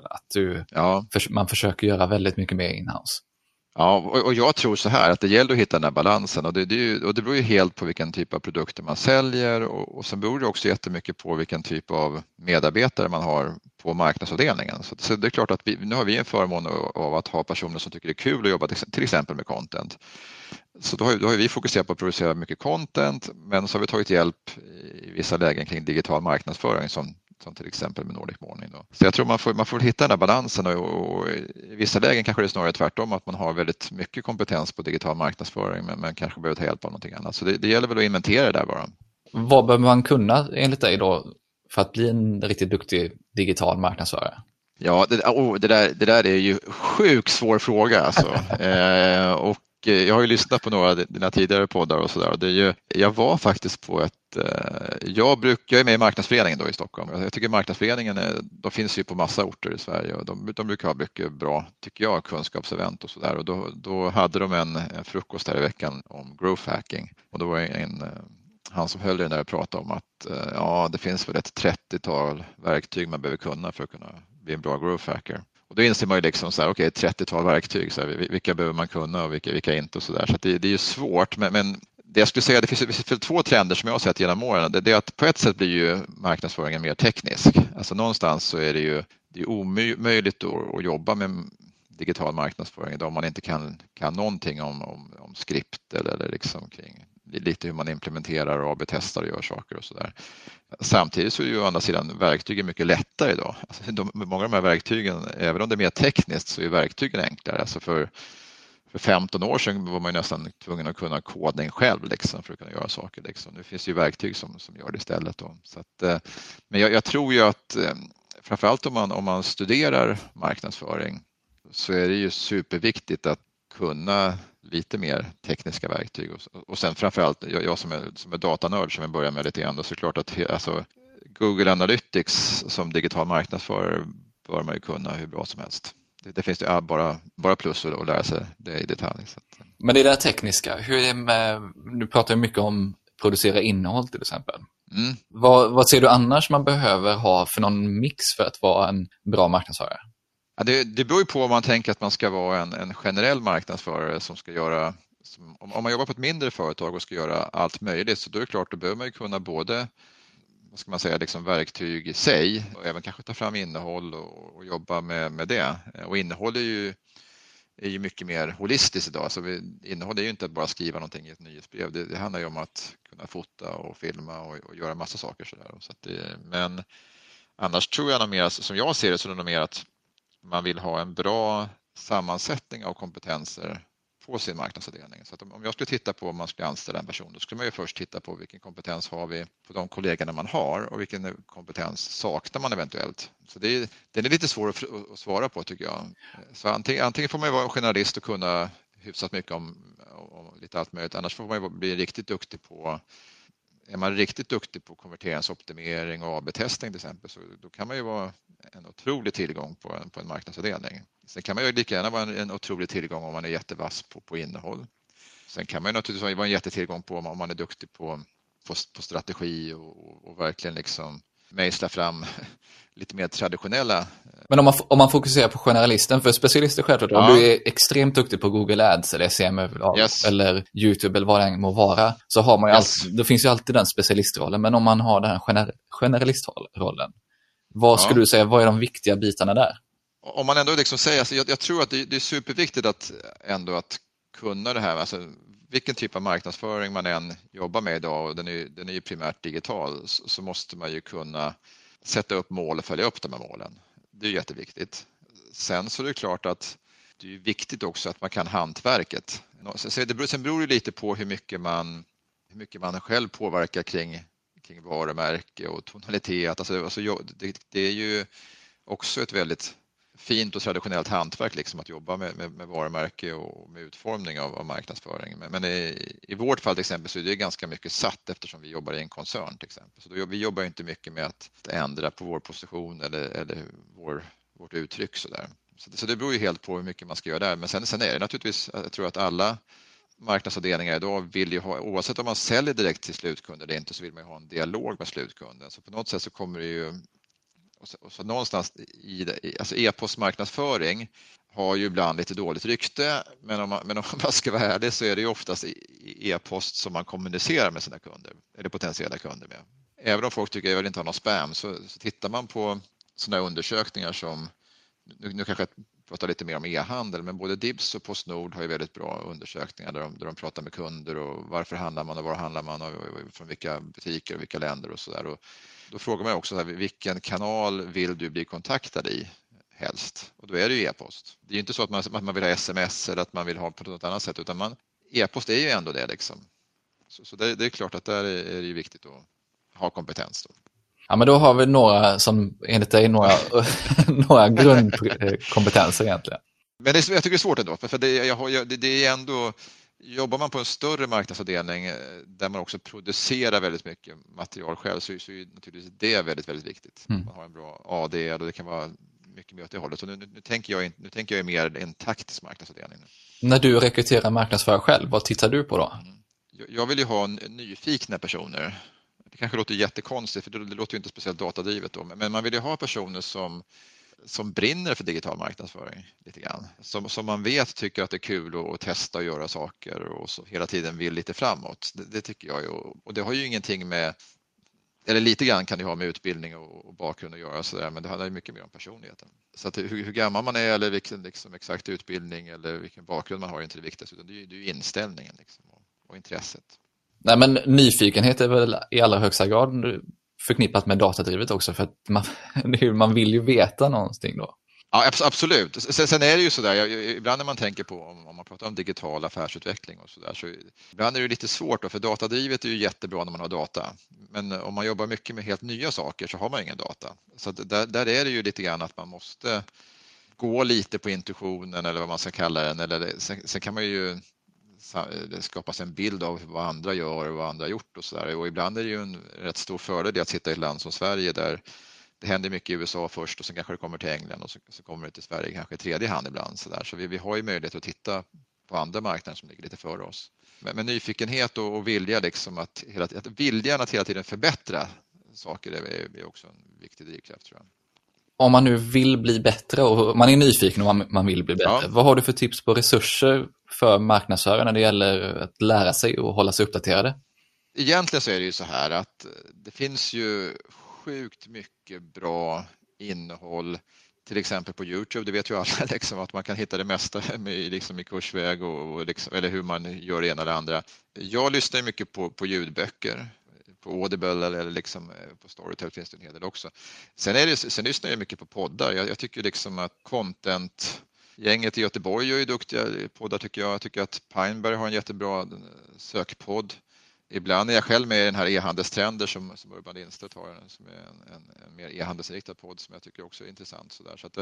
att man försöker göra väldigt mycket mer inhouse. Ja, och jag tror så här att det gäller att hitta den här balansen och det beror ju helt på vilken typ av produkter man säljer och sen beror det också jättemycket på vilken typ av medarbetare man har på marknadsavdelningen. Så det är klart att nu har vi en förmån av att ha personer som tycker det är kul att jobba till exempel med content. Så då har vi fokuserat på att producera mycket content, men så har vi tagit hjälp i vissa lägen kring digital marknadsföring som till exempel med Nordic Morning. Då. Så jag tror man får hitta den här balansen och i vissa lägen kanske det är snarare tvärtom att man har väldigt mycket kompetens på digital marknadsföring men kanske behöver ta hjälp av någonting annat. Så det gäller väl att inventera det där bara. Vad behöver man kunna enligt dig då för att bli en riktigt duktig digital marknadsförare? Ja, det där är ju sjukt svår fråga alltså. Och jag har ju lyssnat på några av dina tidigare poddar och sådär. Jag var faktiskt på jag är med i marknadsföreningen då i Stockholm. Jag tycker marknadsföreningen de finns ju på massa orter i Sverige och de brukar ha mycket bra, tycker jag, kunskapsevent och sådär. Och då hade de en frukost här i veckan om growth hacking och då var han som höll den där och pratade om att det finns väl ett 30-tal verktyg man behöver kunna för att kunna bli en bra growth hacker. Och då inser man ju liksom så här, okej, 30-tal verktyg, så här, vilka behöver man kunna och vilka inte och så där. Så att det är ju svårt, men det jag skulle säga, det finns två trender som jag har sett genom åren. Det är att på ett sätt blir ju marknadsföringen mer teknisk. Alltså någonstans så är det är omöjligt att jobba med digital marknadsföring idag om man inte kan någonting om skript eller liksom kring lite hur man implementerar och AB-testar och gör saker och sådär. Samtidigt så är ju å andra sidan verktygen mycket lättare idag. Alltså många av de här verktygen, även om det är mer tekniskt, så är verktygen enklare. Alltså för 15 år sedan var man ju nästan tvungen att kunna kodning själv liksom, för att kunna göra saker. Liksom. Nu finns det ju verktyg som gör det istället. Då. Så att, men jag tror ju att framförallt om man studerar marknadsföring så är det ju superviktigt att kunna lite mer tekniska verktyg och sen framförallt jag som är datanörd som jag börjar med lite grann, så klart att alltså, Google Analytics som digital marknadsförare bör man ju kunna hur bra som helst. Det finns ju bara plus att lära sig det i detalj. Så att... Men det där tekniska, hur är det med, du pratar ju mycket om producera innehåll till exempel. Mm. Vad ser du annars man behöver ha för någon mix för att vara en bra marknadsförare? Ja, det beror ju på om man tänker att man ska vara en generell marknadsförare som ska göra, om man jobbar på ett mindre företag och ska göra allt möjligt, så då är det klart, då behöver man ju kunna både, vad ska man säga, liksom verktyg i sig och även kanske ta fram innehåll och jobba med det. Och innehåll är ju mycket mer holistiskt idag. Så innehåll är ju inte att bara skriva någonting i ett nyhetsbrev. Det handlar ju om att kunna fota och filma och göra massa saker sådär. Så men annars tror jag nog mer, som jag ser det, så är det nog mer att man vill ha en bra sammansättning av kompetenser på sin marknadsavdelning. Så att om jag skulle titta på om man skulle anställa en person, då skulle man ju först titta på vilken kompetens har vi på de kollegorna man har och vilken kompetens saknar man eventuellt. Så den är lite svår att svara på, tycker jag. Så antingen får man ju vara en generalist och kunna hyfsat mycket om lite allt möjligt, annars får man ju bli riktigt duktig på. Är man riktigt duktig på konverteringsoptimering och AB-testning till exempel, så då kan man ju vara en otrolig tillgång på en marknadsavdelning. Sen kan man ju lika gärna vara en otrolig tillgång om man är jättevass på innehåll. Sen kan man ju naturligtvis vara en jättetillgång på om man är duktig på strategi och verkligen liksom mejsla fram lite mer traditionella. Men om man fokuserar på generalisten, för specialister självklart, om du är extremt duktig på Google Ads eller SEM eller YouTube eller vad det än må vara, så har man ju då finns ju alltid den specialistrollen. Men om man har den här generalistrollen, vad skulle du säga, vad är de viktiga bitarna där? Om man ändå liksom säger, alltså jag tror att det är superviktigt att kunna det här, alltså vilken typ av marknadsföring man än jobbar med idag, och den är ju primärt digital, så måste man ju kunna sätta upp mål och följa upp de här målen. Det är jätteviktigt. Sen så är det klart att det är viktigt också att man kan hantverket. Sen beror det lite på hur mycket man själv påverkar kring varumärke och tonalitet. Alltså det är ju också ett väldigt fint och traditionellt hantverk liksom, att jobba med varumärke och med utformning av marknadsföring. Men i vårt fall till exempel så är det ganska mycket satt eftersom vi jobbar i en koncern till exempel. Så vi jobbar inte mycket med att ändra på vår position eller vårt uttryck sådär. Så det beror ju helt på hur mycket man ska göra där. Men sen är det naturligtvis, jag tror att alla marknadsavdelningar idag vill ju ha, oavsett om man säljer direkt till slutkunder eller inte, så vill man ju ha en dialog med slutkunden. Så på något sätt så kommer det ju, och så någonstans alltså e-postmarknadsföring har ju ibland lite dåligt rykte, men om man ska vara ärlig så är det ju oftast e-post som man kommunicerar med sina kunder eller potentiella kunder med. Även om folk tycker att jag vill inte ha någon spam, så tittar man på sådana undersökningar som, nu kanske jag pratar lite mer om e-handel, men både Dibs och Postnord har ju väldigt bra undersökningar där de pratar med kunder och varför handlar man och var handlar man och från vilka butiker och vilka länder och sådär. Då frågar man också vilken kanal vill du bli kontaktad i helst? Och då är det ju e-post. Det är ju inte så att man vill ha sms eller att man vill ha på något annat sätt, utan e-post är ju ändå det liksom. Så det är klart att där är det ju viktigt att ha kompetens då. Ja, men då har vi några som enligt dig några grundkompetenser egentligen. Men jag tycker det är svårt ändå, för det är ändå, jobbar man på en större marknadsavdelning där man också producerar väldigt mycket material själv, så är naturligtvis det väldigt, väldigt viktigt. Man har en bra AD och det kan vara mycket mer åt det hållet. Så nu tänker jag mer en taktisk marknadsavdelning. När du rekryterar marknadsförare själv, vad tittar du på då? Jag vill ju ha nyfikna personer. Det kanske låter jättekonstigt, för det låter ju inte speciellt datadrivet då, men man vill ju ha personer som brinner för digital marknadsföring lite grann. Som man vet tycker att det är kul att testa och göra saker och så hela tiden vill lite framåt. Det tycker jag ju, och det har ju ingenting med, eller lite grann kan det ha med utbildning och bakgrund att göra sådär, men det handlar ju mycket mer om personligheten. Så att hur gammal man är eller vilken liksom exakt utbildning eller vilken bakgrund man har är inte det viktigaste, utan det är ju inställningen liksom, och intresset. Nej, men nyfikenhet är väl i allra högsta grad förknippat med datadrivet också, för att man vill ju veta någonting då. Ja, absolut. Sen är det ju sådär, ibland när man tänker på, om man pratar om digital affärsutveckling och sådär, så ibland är det lite svårt då, för datadrivet är ju jättebra när man har data. Men om man jobbar mycket med helt nya saker så har man ingen data. Så där är det ju lite grann att man måste gå lite på intuitionen eller vad man ska kalla den. Eller sen kan man ju det skapas en bild av vad andra gör och vad andra har gjort och sådär. Och ibland är det ju en rätt stor fördel att sitta i ett land som Sverige där det händer mycket i USA först och sen kanske det kommer till England och så kommer det till Sverige kanske i tredje hand ibland. Så vi har ju möjlighet att titta på andra marknader som ligger lite före oss. Men nyfikenhet och vilja liksom viljan att hela tiden förbättra saker är också en viktig drivkraft, tror jag. Om man nu vill bli bättre och man är nyfiken och man vill bli bättre, ja. Vad har du för tips på resurser för marknadsförare när det gäller att lära sig och hålla sig uppdaterade? Egentligen så är det ju så här att det finns ju sjukt mycket bra innehåll, till exempel på YouTube. Det vet ju alla liksom, att man kan hitta det mesta liksom i kursväg och liksom, eller hur man gör det ena eller andra. Jag lyssnar mycket på ljudböcker. På Audible eller liksom på Storytel finns det en hel del också. Sen lyssnar jag mycket på poddar. Jag tycker liksom att Content-gänget i Göteborg är ju duktiga poddar tycker jag. Jag tycker att Pineberry har en jättebra sökpodd. Ibland är jag själv med i den här e-handelstrender som Urban Lindstedt har, som är en mer e-handelsinriktad podd som jag tycker också är intressant.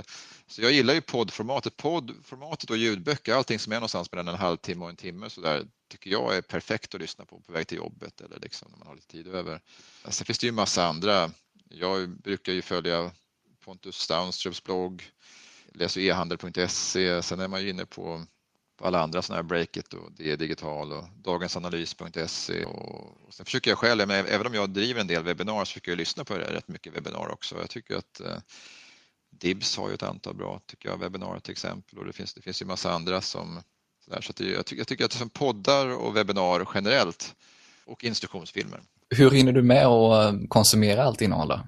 Så jag gillar ju poddformatet och ljudböcker, allting som är någonstans mellan en halvtimme och en timme så där, tycker jag är perfekt att lyssna på väg till jobbet eller liksom när man har lite tid över. Sen finns det ju en massa andra. Jag brukar ju följa Pontus Stanströms blogg, läser e-handel.se, sen är man ju inne på alla andra sådana här Breakit och det är digital och dagensanalys.se och sen försöker jag själv, men även om jag driver en del webbinar så försöker jag lyssna på rätt mycket webbinar också. Jag tycker att Dibs har ju ett antal bra tycker jag webbinarier till exempel och det finns ju massa andra som så att jag tycker att det är som poddar och webbinar generellt och instruktionsfilmer. Hur hinner du med att konsumera allt innehåll då?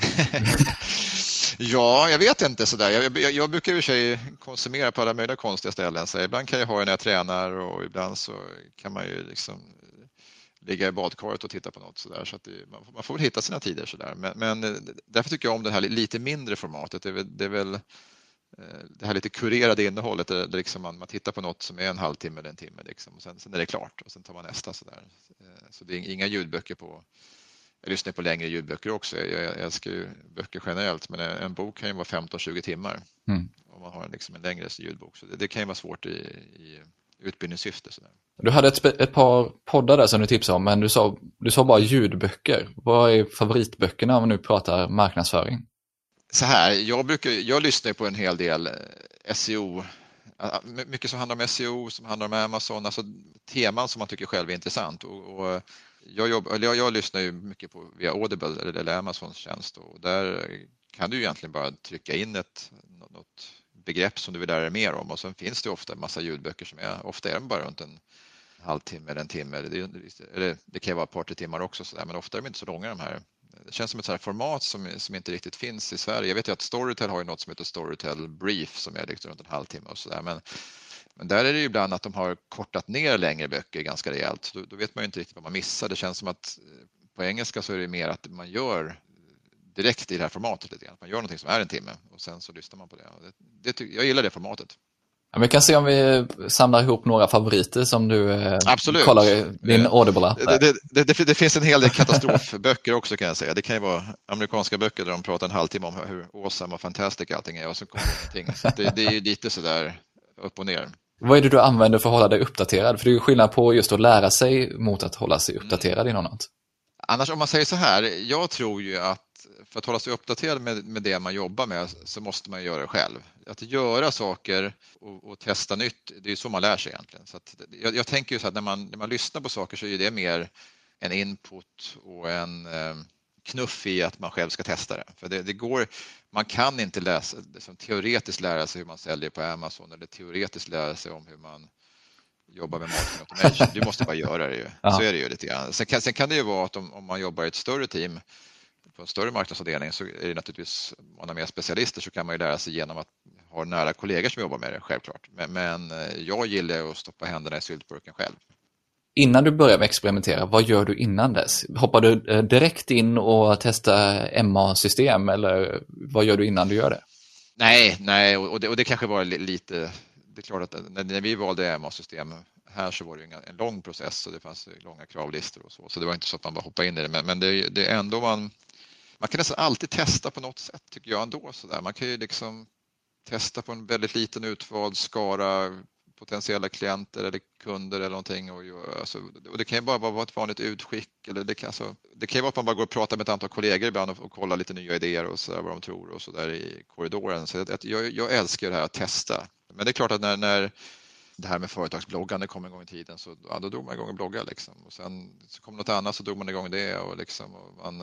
Ja, jag vet inte sådär. Jag brukar i sig konsumera på alla möjliga konstiga ställen. Så ibland kan jag ha det när jag tränar och ibland så kan man ju liksom ligga i badkaret och titta på något sådär. Så att man får väl hitta sina tider sådär. Men därför tycker jag om det här lite mindre formatet. Det är väl det här lite kurerade innehållet där liksom man tittar på något som är en halvtimme eller en timme liksom, och sen är det klart och sen tar man nästa sådär. Så det är inga ljudböcker på. Jag lyssnar på längre ljudböcker också. Jag älskar ju böcker generellt, men en bok kan ju vara 15-20 timmar om man har liksom en längre ljudbok. Så det kan ju vara svårt i utbildningssyfte. Sådär. Du hade ett par poddar där som du tipsade om, men du sa bara ljudböcker. Vad är favoritböckerna om man nu pratar marknadsföring? Så här, jag lyssnar på en hel del SEO. Mycket som handlar om SEO, som handlar om Amazon, alltså teman som man tycker själv är intressant. Och jag lyssnar ju mycket på via Audible eller Amazons tjänst och där kan du egentligen bara trycka in något begrepp som du vill lära dig mer om och sen finns det ofta en massa ljudböcker som ofta är de bara runt en halvtimme eller en timme eller det kan vara ett par 3 timmar också sådär, men ofta är de inte så långa de här det känns som ett så här format som inte riktigt finns i Sverige. Jag vet ju att Storytel har ju något som heter Storytel Brief som är liksom runt en halvtimme och sådär. Men där är det ju ibland att de har kortat ner längre böcker ganska rejält. Då vet man ju inte riktigt vad man missar. Det känns som att på engelska så är det mer att man gör direkt i det här formatet lite grann. Man gör någonting som är en timme och sen så lyssnar man på det. Jag gillar det formatet. Ja, vi kan se om vi samlar ihop några favoriter som du kollar i din Audible-app. Det finns en hel del katastrofböcker också kan jag säga. Det kan ju vara amerikanska böcker där de pratar en halvtimme om hur awesome och fantastic allting är och så kommer det ingenting. Så det är ju lite sådär upp och ner. Vad är det du använder för att hålla dig uppdaterad? För det är ju skillnad på just att lära sig mot att hålla sig uppdaterad i något. Annars om man säger så här, jag tror ju att för att hålla sig uppdaterad med det man jobbar med så måste man göra det själv. Att göra saker och testa nytt, det är ju så man lär sig egentligen. Så att jag tänker ju så att när man lyssnar på saker så är det mer en input och en knuff i att man själv ska testa det. För det går, man kan inte teoretiskt lära sig hur man säljer på Amazon eller teoretiskt lära sig om hur man jobba med marketing automation. Du måste bara göra det ju. Så är det ju lite grann. Sen kan det ju vara att om man jobbar i ett större team på en större marknadsavdelning så är det naturligtvis, om man har mer specialister så kan man ju lära sig genom att ha nära kollegor som jobbar med det, självklart. Men jag gillar att stoppa händerna i syltburken själv. Innan du börjar med experimentera, vad gör du innan dess? Hoppar du direkt in och testar MA-system eller vad gör du innan du gör det? Nej, och det kanske var lite... Det är klart att när vi valde MA-system här så var det en lång process och det fanns långa kravlistor och så det var inte så att man bara hoppade in i det. Men det är ändå man kan nästan alltid testa på något sätt tycker jag ändå. Så där. Man kan ju liksom testa på en väldigt liten utvald skara potentiella klienter eller kunder eller någonting. Och det kan ju bara vara ett vanligt utskick. Eller det kan ju vara att man bara går och pratar med ett antal kollegor ibland och kollar lite nya idéer och så där, vad de tror och så där i korridoren. Så jag älskar det här att testa. Men det är klart att när det här med företagsbloggande kom en gång i tiden så då drog man igång och blogga liksom. Och sen så kom något annat så drog man igång det och liksom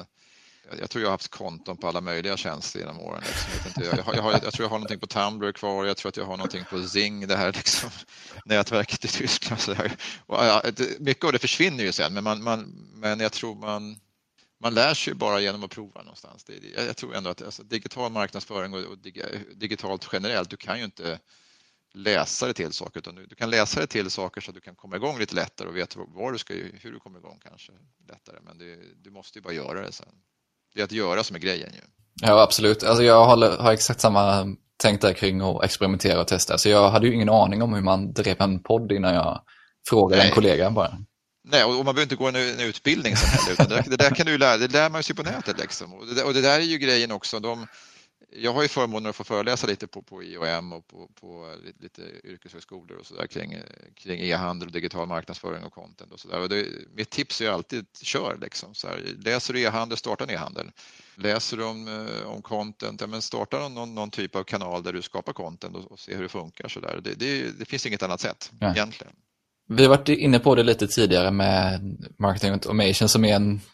jag tror jag har haft konton på alla möjliga tjänster genom åren. Liksom. Jag tror jag har någonting på Tumblr kvar, jag tror att jag har någonting på Zing, det här liksom, nätverket i Tyskland. Så där. Och, mycket av det försvinner ju sen, men jag tror man lär sig bara genom att prova någonstans. Jag tror ändå att digital marknadsföring och digitalt generellt, du kan ju inte läsa det till saker utan du kan läsa det till saker så att du kan komma igång lite lättare och veta hur du kommer igång kanske lättare. Men du måste ju bara göra det sen. Det är att göra som är grejen ju. Ja, absolut. Alltså jag har exakt samma tänk där kring att experimentera och testa. Så jag hade ju ingen aning om hur man drev en podd innan jag frågade en kollega bara. Nej, och man behöver inte gå en utbildning sen heller, utan det där kan du lära, det lär man sig på nätet liksom. Och det där är ju grejen också. Jag har ju förmånen att få föreläsa lite på IOM och på lite yrkeshögskolor och sådär kring e-handel och digital marknadsföring och content och sådär. Mitt tips är ju alltid kör liksom. Så här, läser du e-handel, starta en e-handel. Läser du om content, men starta någon typ av kanal där du skapar content och se hur det funkar. Så där. Det finns inget annat sätt egentligen. Vi har varit inne på det lite tidigare med marketing automation som är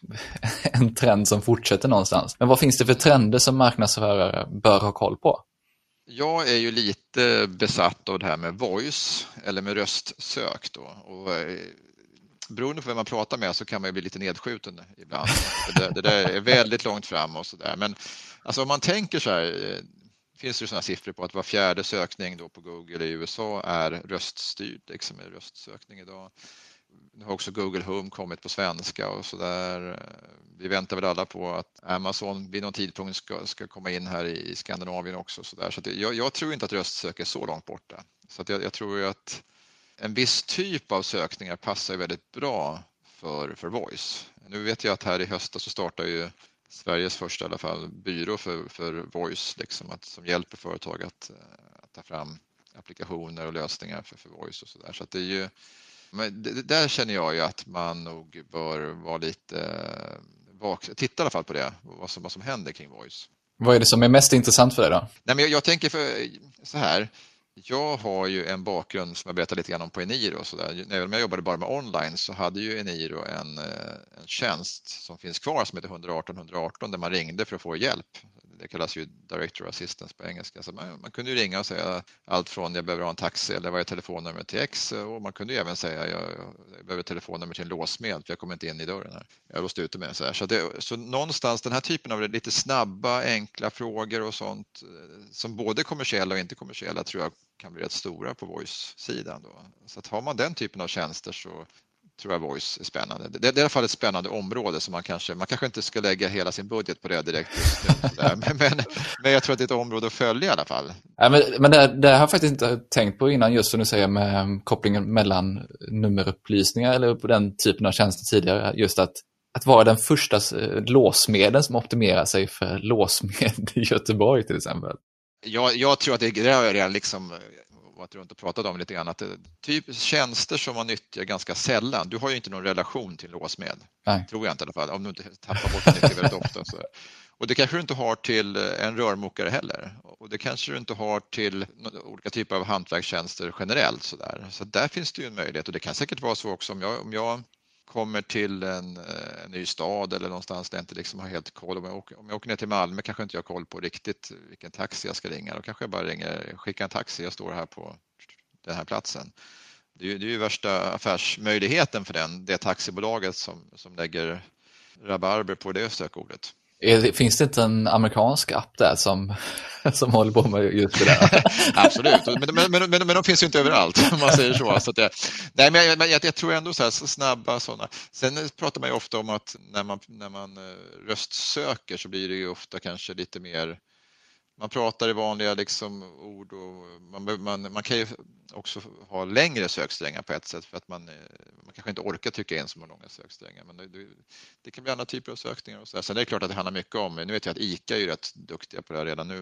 en trend som fortsätter någonstans. Men vad finns det för trender som marknadsförare bör ha koll på? Jag är ju lite besatt av det här med voice eller med röstsök då. Och beroende på vem man pratar med så kan man ju bli lite nedskjuten ibland. Det där är väldigt långt fram och sådär. Men alltså om man tänker så här, finns det sådana siffror på att var fjärde sökning då på Google i USA är röststyrd, liksom är röstsökning idag. Nu har också Google Home kommit på svenska och sådär. Vi väntar väl alla på att Amazon vid någon tidpunkt ska komma in här i Skandinavien också. Så att jag tror inte att röstsök är så långt borta. Så att jag tror ju att en viss typ av sökningar passar väldigt bra för voice. Nu vet jag att här i höstas så startar ju Sveriges första i alla fall byrå för voice liksom, som hjälper företag att ta fram applikationer och lösningar för voice och sådär. Så att det är ju, men där känner jag ju att man nog bör vara lite titta i alla fall på det, vad som händer kring voice. Vad är det som är mest intressant för dig då? Nej, men jag tänker så här. Jag har ju en bakgrund som jag berättade lite grann om på Eniro och sådär. Även om jag jobbade bara med online så hade ju Eniro en tjänst som finns kvar som heter 118 118 där man ringde för att få hjälp. det kallas ju director assistance på engelska. Så man kunde ju ringa och säga allt från jag behöver ha en taxi eller vad är telefonnummer till X, och man kunde ju även säga jag behöver telefonnummer till en låsmed för jag kommer inte in i dörren här. Jag låste ute med så här. Så någonstans den här typen av lite snabba, enkla frågor och sånt som både kommersiella och inte kommersiella tror jag kan bli rätt stora på voice-sidan då. Så att har man den typen av tjänster så tror jag voice är spännande. Det är i alla fall ett spännande område som man kanske inte ska lägga hela sin budget på det direkt just nu. Men jag tror att det är ett område att följa i alla fall. Ja, men det har jag faktiskt inte tänkt på innan, just som du säger med kopplingen mellan nummerupplysningar eller på den typen av tjänster tidigare. Just att vara den första låsmeden som optimerar sig för låsmed i Göteborg till exempel. Jag tror att det har jag redan liksom varit runt och pratat om lite grann, att typ tjänster som man nyttjar ganska sällan. Du har ju inte någon relation till låsmed. Nej. Tror jag inte i alla fall, om du inte tappar bort det väldigt ofta. Så. Och det kanske du inte har till en rörmokare heller. Och det kanske du inte har till olika typer av hantverkstjänster generellt. Så där finns det ju en möjlighet, och det kan säkert vara så också om jag kommer till en ny stad eller någonstans där jag inte liksom har helt koll. Om jag åker ner till Malmö kanske inte jag har koll på riktigt vilken taxi jag ska ringa. Då kanske jag bara skickar en taxi, jag står här på den här platsen. Det är ju värsta affärsmöjligheten för det taxibolaget som lägger rabarber på det sökordet. Finns det inte en amerikansk app där som håller på med just det där? Absolut, men de finns ju inte överallt om man säger så. Så att jag tror ändå så snabba sådana. Sen pratar man ju ofta om att när man röstsöker så blir det ju ofta kanske lite mer, man pratar i vanliga liksom ord, och man kan ju också ha längre söksträngar på ett sätt för att man kanske inte orkar trycka in så många långa söksträngar, men det kan bli andra typer av sökningar och så. Sen är det klart att det handlar mycket om, nu vet jag att ICA är ju rätt duktiga på det här redan nu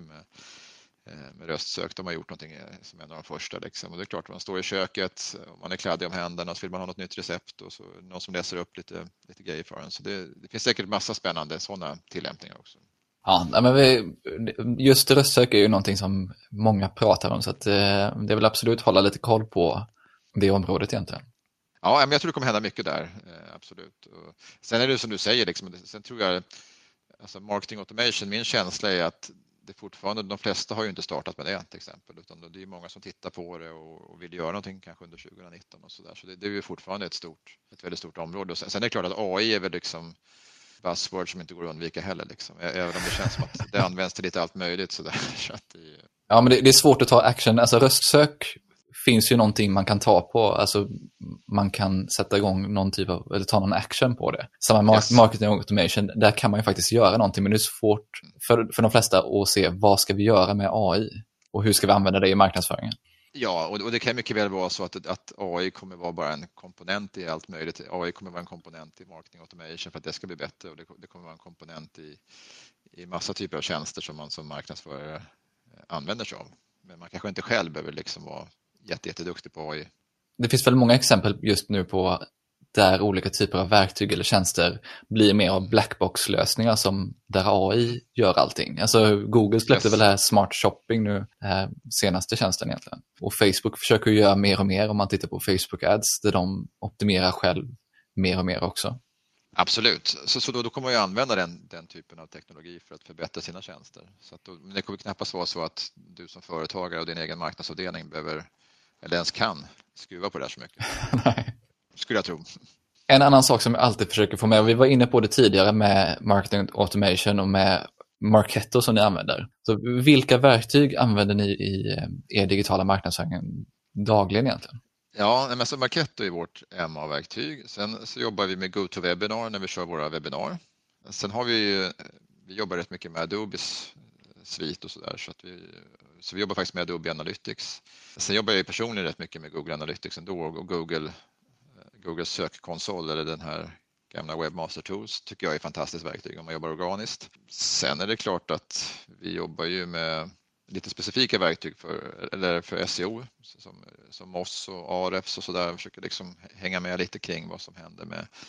med röstsök. De har gjort någonting som en av de första liksom. Och det är klart att man står i köket, man är kladdig om händerna och så vill man ha något nytt recept och så någon som läser upp lite grejer för en. Så det finns säkert massa spännande sådana tillämpningar också. Ja, men just röstsök är ju någonting som många pratar om, så att det är väl absolut hålla lite koll på det området egentligen. Ja, men jag tror det kommer hända mycket där, absolut. Och sen är det som du säger, liksom, sen tror jag, alltså marketing automation, min känsla är att det fortfarande, de flesta har ju inte startat med det till exempel, utan det är många som tittar på det och vill göra någonting kanske under 2019 och sådär. Så det är ju fortfarande ett väldigt stort område. Och sen är det klart att AI är väl liksom buzzword som inte går att undvika heller liksom. Även om det känns som att det används till lite allt möjligt sådär. Ja, men det är svårt att ta action. Alltså röstsök finns ju någonting man kan ta på. Alltså man kan sätta igång någon typ av, eller ta någon action på det. Samma marketing automation, där kan man ju faktiskt göra någonting, men det är svårt för de flesta att se vad ska vi göra med AI och hur ska vi använda det i marknadsföringen. Ja, och det kan mycket väl vara så att AI kommer vara bara en komponent i allt möjligt. AI kommer vara en komponent i marketing automation för att det ska bli bättre, och det kommer vara en komponent i massa typer av tjänster som man som marknadsförare använder sig av. Men man kanske inte själv behöver liksom vara jätteduktig på AI. Det finns väl många exempel just nu på där olika typer av verktyg eller tjänster blir mer av blackbox-lösningar som där AI gör allting. Alltså Google släppte väl här Smart Shopping nu, den här senaste tjänsten egentligen. Och Facebook försöker ju göra mer och mer om man tittar på Facebook Ads, där de optimerar själv mer och mer också. Absolut, så då kommer jag använda den typen av teknologi för att förbättra sina tjänster. Så det kommer knappast vara så att du som företagare och din egen marknadsavdelning behöver, eller ens kan, skruva på det här så mycket. Nej. Skulle jag tro. En annan sak som jag alltid försöker få med, och vi var inne på det tidigare med marketing automation och med Marketo som ni använder. Så vilka verktyg använder ni i er digitala marknadsföring dagligen egentligen? Ja, men så Marketo är vårt MA-verktyg. Sen så jobbar vi med GoToWebinar när vi kör våra webbinar. Sen har vi jobbar rätt mycket med Adobes svit och sådär. Så vi jobbar faktiskt med Adobe Analytics. Sen jobbar jag personligen rätt mycket med Google Analytics ändå, och Googles sökkonsol eller den här gamla Webmaster Tools tycker jag är ett fantastiskt verktyg om man jobbar organiskt. Sen är det klart att vi jobbar ju med lite specifika verktyg för SEO som Moz och Ahrefs och sådär. Försöker liksom hänga med lite kring vad som händer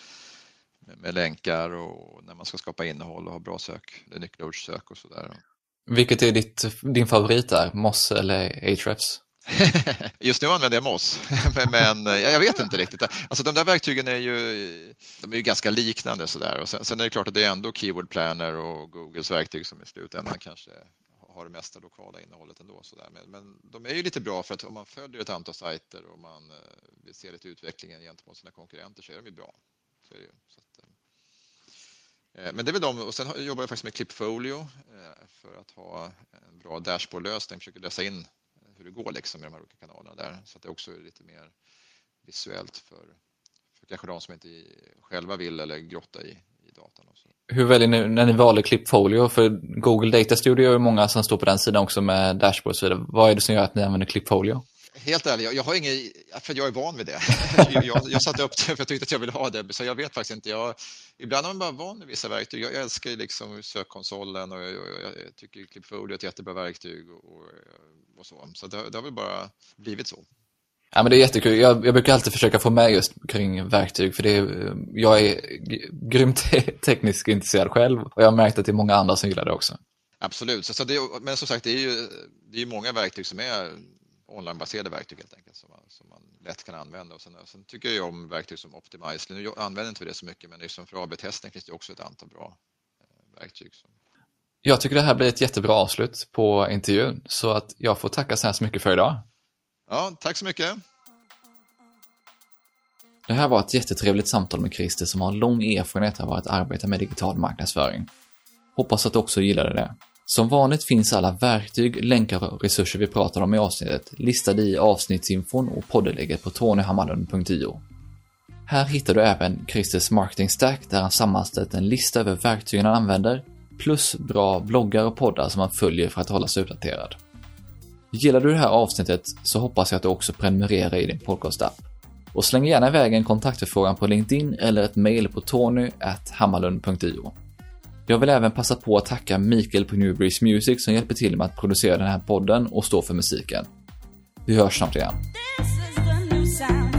med länkar och när man ska skapa innehåll och ha bra nyckelordssök och sådär. Vilket är din favorit där? Moz eller Ahrefs? Just nu använder jag Moz, men jag vet inte riktigt. Alltså de där verktygen är ju ganska liknande sådär. Och sen är det klart att det är ändå Keyword Planner och Googles verktyg som i slutändan kanske har det mesta lokala innehållet ändå. Sådär. Men de är ju lite bra för att om man följer ett antal sajter och man vill se lite utvecklingen gentemot sina konkurrenter så är de ju bra. Så är det ju. Så att, men det är väl de, och sen jobbar jag faktiskt med Clipfolio för att ha en bra dashboardlösning, försöker läsa in hur det går liksom med de här olika kanalerna där, så att det också är lite mer visuellt för kanske de som inte själva vill eller grotta i datan. Och så. Hur väljer ni när ni valde Clipfolio? För Google Data Studio är många som står på den sidan också med dashboard och så vidare. Vad är det som gör att ni använder Clipfolio? Helt ärligt, jag har ingen, för jag är van vid det. Jag satte upp det för jag tyckte att jag ville ha det, så jag vet faktiskt inte. Ibland är man bara van vid vissa verktyg. Jag älskar ju liksom sökkonsolen och jag tycker Clipfolio är ett jättebra verktyg och så. Så det har väl bara blivit så. Ja, men det är jättekul. Jag brukar alltid försöka få med just kring verktyg, för jag är grymt tekniskt intresserad själv och jag har märkt att det är många andra som gillar det också. Absolut, men som sagt det är ju många verktyg som är onlinebaserade verktyg helt enkelt som man lätt kan använda. Och sen tycker jag om verktyg som Optimize. Nu använder inte det så mycket, men liksom för AB-testning finns det också ett antal bra verktyg. Jag tycker det här blir ett jättebra avslut på intervjun, så att jag får tacka så här så mycket för idag. Ja, tack så mycket. Det här var ett jättetrevligt samtal med Christer som har lång erfarenhet av att arbeta med digital marknadsföring. Hoppas att du också gillade det. Som vanligt finns alla verktyg, länkar och resurser vi pratar om i avsnittet listade i avsnittsinfon och poddelägget på tonyhammarlund.io. Här hittar du även Christers marketing stack där han sammanställt en lista över verktygen han använder plus bra bloggar och poddar som han följer för att hålla sig uppdaterad. Gillar du det här avsnittet så hoppas jag att du också prenumererar i din podcast-app. Och släng gärna iväg en kontaktförfrågan på LinkedIn eller ett mejl på tony@hammarlund.io. Jag vill även passa på att tacka Mikael på Newbreeze Music som hjälper till med att producera den här podden och stå för musiken. Vi hörs snart igen.